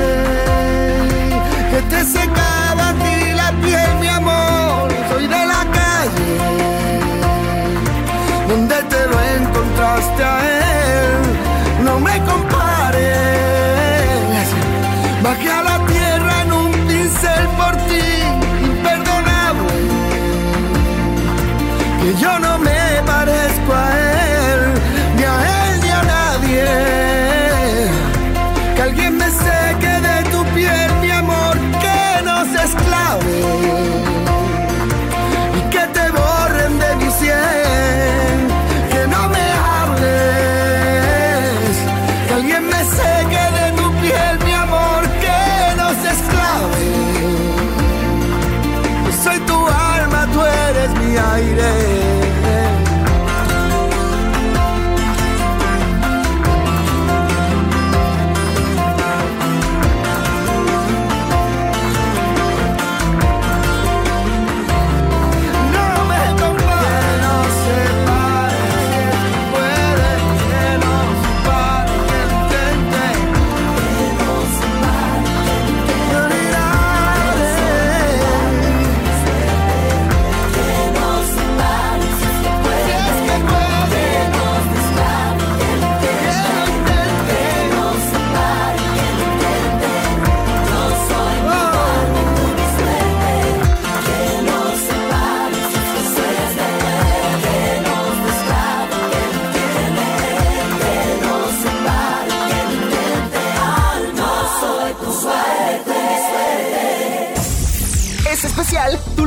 que te secaba a ti la piel, mi amor. Soy de la calle donde te lo encontraste a él. No me compares, bajé a la tierra en un pincel por ti, imperdonable. Que yo no me parezco a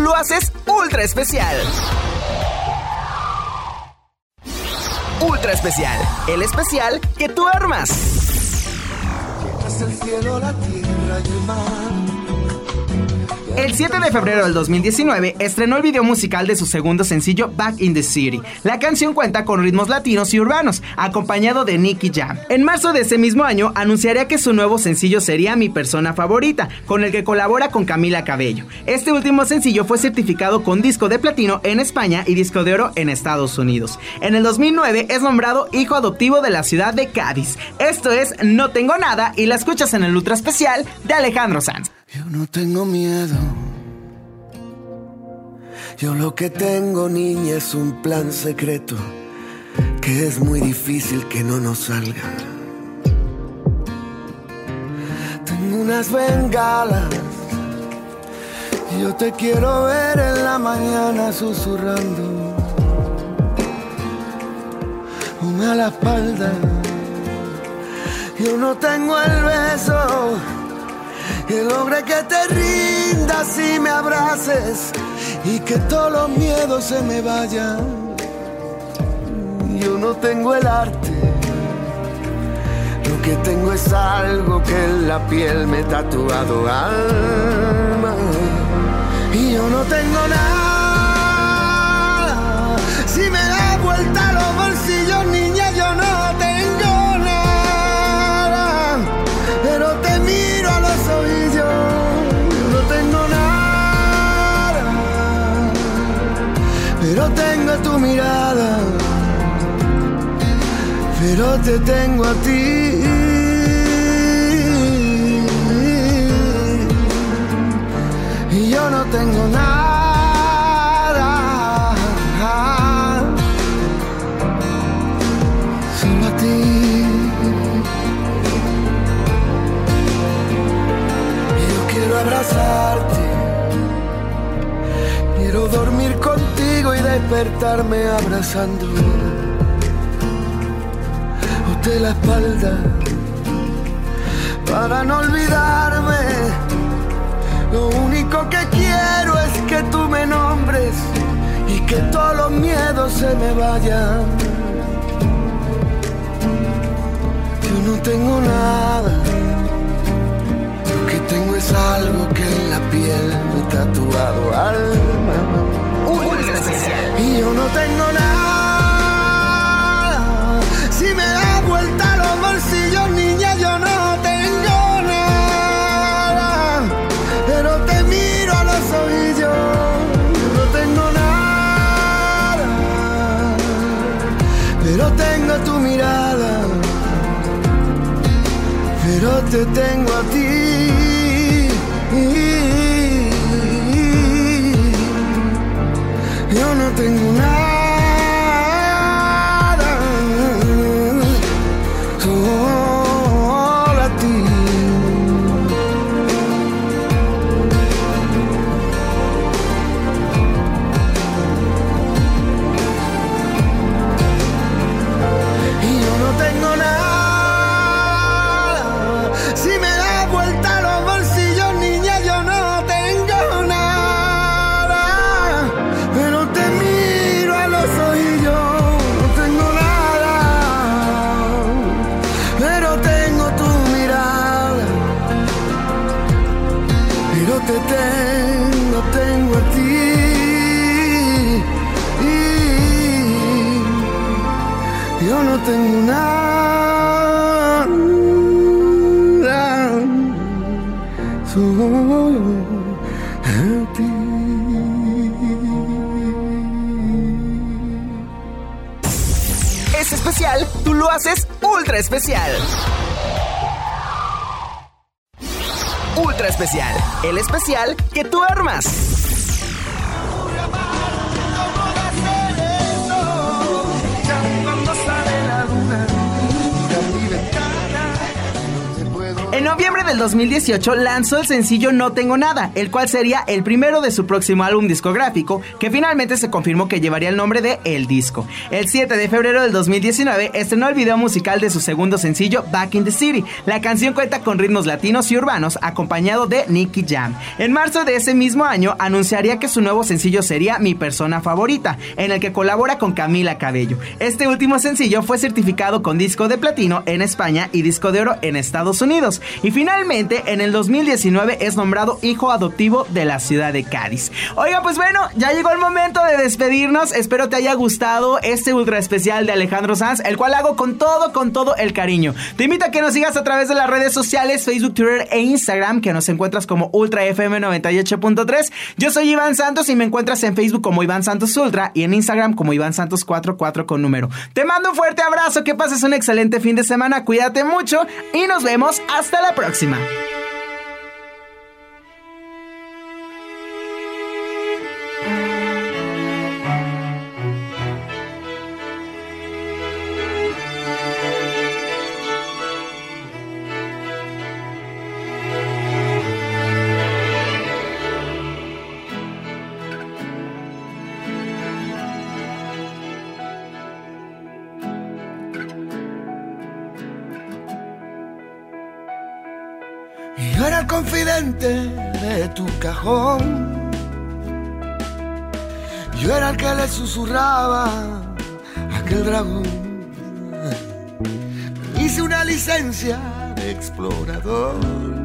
lo haces ultra especial. Ultra especial, el especial que tú armas. Llenas el cielo, la tierra y el mar. El 7 de febrero del 2019 estrenó el video musical de su segundo sencillo Back in the City. La canción cuenta con ritmos latinos y urbanos, acompañado de Nicky Jam. En marzo de ese mismo año anunciaría que su nuevo sencillo sería Mi Persona Favorita, con el que colabora con Camila Cabello. Este último sencillo fue certificado con disco de platino en España y disco de oro en Estados Unidos. En el 2009 es nombrado hijo adoptivo de la ciudad de Cádiz. Esto es No Tengo Nada y la escuchas en el ultra especial de Alejandro Sanz. Yo no tengo miedo. Yo lo que tengo, niña, es un plan secreto que es muy difícil que no nos salga. Tengo unas bengalas. Yo te quiero ver en la mañana susurrando. Ponme a la espalda. Yo no tengo el beso que logre que te rindas y me abraces y que todos los miedos se me vayan. Yo no tengo el arte, lo que tengo es algo que en la piel me he tatuado alma. Y yo no tengo nada, si me das vuelta los bolsillos, niña, yo no tengo nada, pero te miro a los ojillos, yo no tengo nada, pero tengo tu mirada, pero te tengo a ti. Y yo no tengo nada, solo a ti. Yo quiero abrazarte, quiero dormir contigo y despertarme abrazando de la espalda, para no olvidarme. Lo único que quiero es que tú me nombres y que todos los miedos se me vayan. Yo no tengo nada, lo que tengo es algo que en la piel me he tatuado alma. Y yo no tengo nada, si me das vuelta los bolsillos, niña, yo no tengo nada, pero te miro a los ojillos, yo no tengo nada, pero tengo tu mirada, pero te tengo a ti. Yo no tengo nada, solo a ti. Y yo no tengo nada, si me das vuelta los bolsillos, niña, yo no tengo nada, pero te miro a los ojillos, no tengo nada, pero tengo tu mirada, pero te tengo a ti. Yo no tengo nada, solo a ti. Es especial, tú lo haces ultra especial. Ultra especial, el especial que tú armas. En noviembre del 2018 lanzó el sencillo No Tengo Nada, el cual sería el primero de su próximo álbum discográfico, que finalmente se confirmó que llevaría el nombre de El Disco. El 7 de febrero del 2019 estrenó el video musical de su segundo sencillo, Back in the City. La canción cuenta con ritmos latinos y urbanos, acompañado de Nicky Jam. En marzo de ese mismo año anunciaría que su nuevo sencillo sería Mi Persona Favorita, en el que colabora con Camila Cabello. Este último sencillo fue certificado con disco de platino en España y disco de oro en Estados Unidos. Y finalmente, en el 2019 es nombrado hijo adoptivo de la ciudad de Cádiz. Oiga, pues bueno, ya llegó el momento de despedirnos. Espero te haya gustado este ultra especial de Alejandro Sanz, el cual hago con todo el cariño. Te invito a que nos sigas a través de las redes sociales, Facebook, Twitter e Instagram, que nos encuentras como Ultra FM 98.3. Yo soy Iván Santos y me encuentras en Facebook como Iván Santos Ultra y en Instagram como Iván Santos 44 con número. Te mando un fuerte abrazo, que pases un excelente fin de semana, cuídate mucho y nos vemos hasta la próxima. Yo era el confidente de tu cajón. Yo era el que le susurraba a aquel dragón. Hice una licencia de explorador.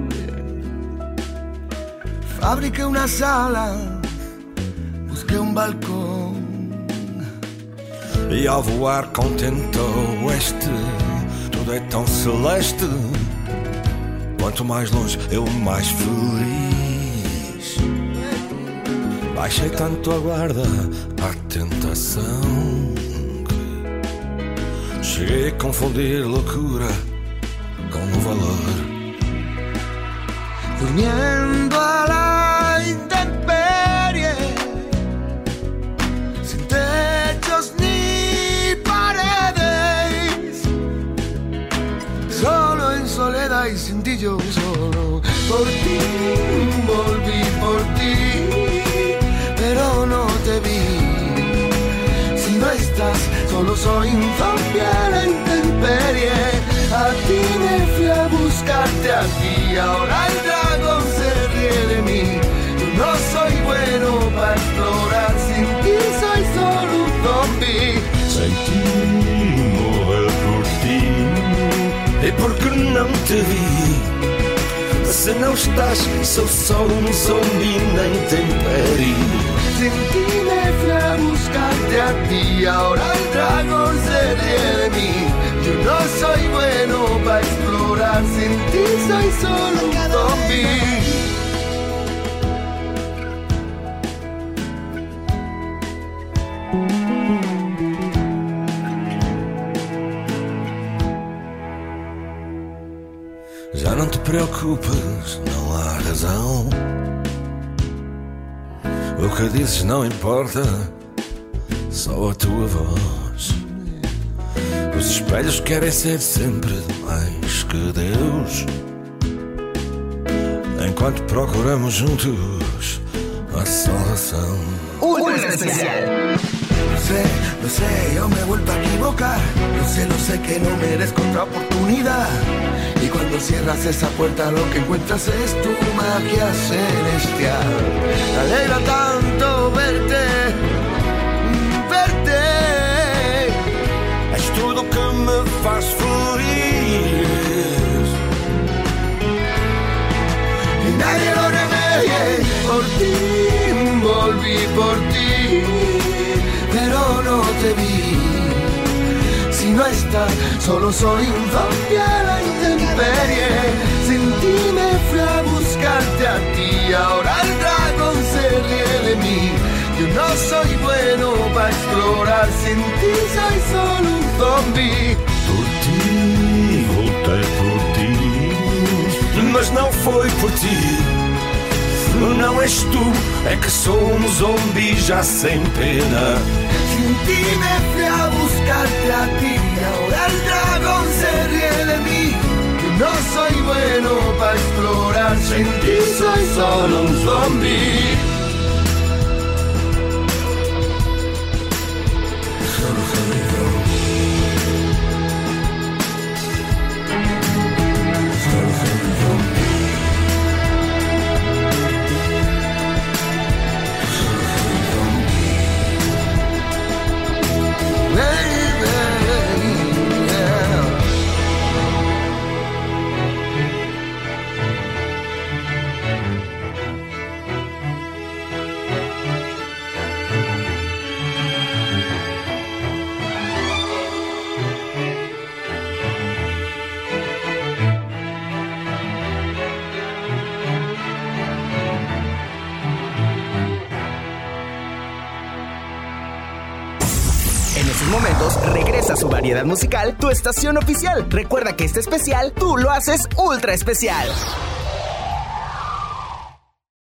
Fabriqué una sala, busqué un balcón. E ao voar contente ao oeste, tudo é tão celeste. Quanto mais longe, eu mais feliz. Baixei tanto a guarda à tentação que cheguei a confundir loucura com o valor. Durmiendo a la intemperie, sin techos ni paredes, solo en soledad y sin ti yo solo. Por ti volví por ti, pero no te vi. Si no estás, solo soy un zombie a la intemperie. A ti me fui a buscarte, a ti ahora el dragón se ríe de mí. Yo no soy bueno para explorar, sin ti soy solo un zombie. Sem ti morrer por ti, e porque não te vi. Se não estás, sou só zombie na intemperie. Sin ti me fui a buscarte, a ti ahora el dragón se ríe de mí. Yo no soy bueno para explorar, sin ti soy solo un zombie. Já não te preocupes, não há razão. O que dizes não importa, só a tua voz. Os espelhos querem ser sempre mais que Deus. Enquanto procuramos juntos a salvação. Ultra especial. Lo sé, yo me he vuelto a equivocar. Lo sé que no merezco otra oportunidad. Y cuando cierras esa puerta lo que encuentras es tu magia celestial. Me alegra tanto verte, verte. És tudo que me faz feliz. Y nadie lo remedie. Por ti, volví por ti, pero no te vi. Si no estás, solo soy un zombie a la intemperie. Sin ti me fui a buscarte, a ti ahora el dragón se ríe de mí. Yo no soy bueno para explorar, sin ti soy solo un zombie. Por ti, voltei por ti, mas não foi por ti. Não és tu, é que sou um zombi já sem pena. Sin ti me fui a buscarte, a ti ahora el dragón se ríe de mí. Yo no soy bueno sin ti soy solo un zombie. Solo soy yo. Solo soy yo. Solo soy yo. En esos momentos regresa su variedad musical, tu estación oficial. Recuerda que este especial tú lo haces ultra especial.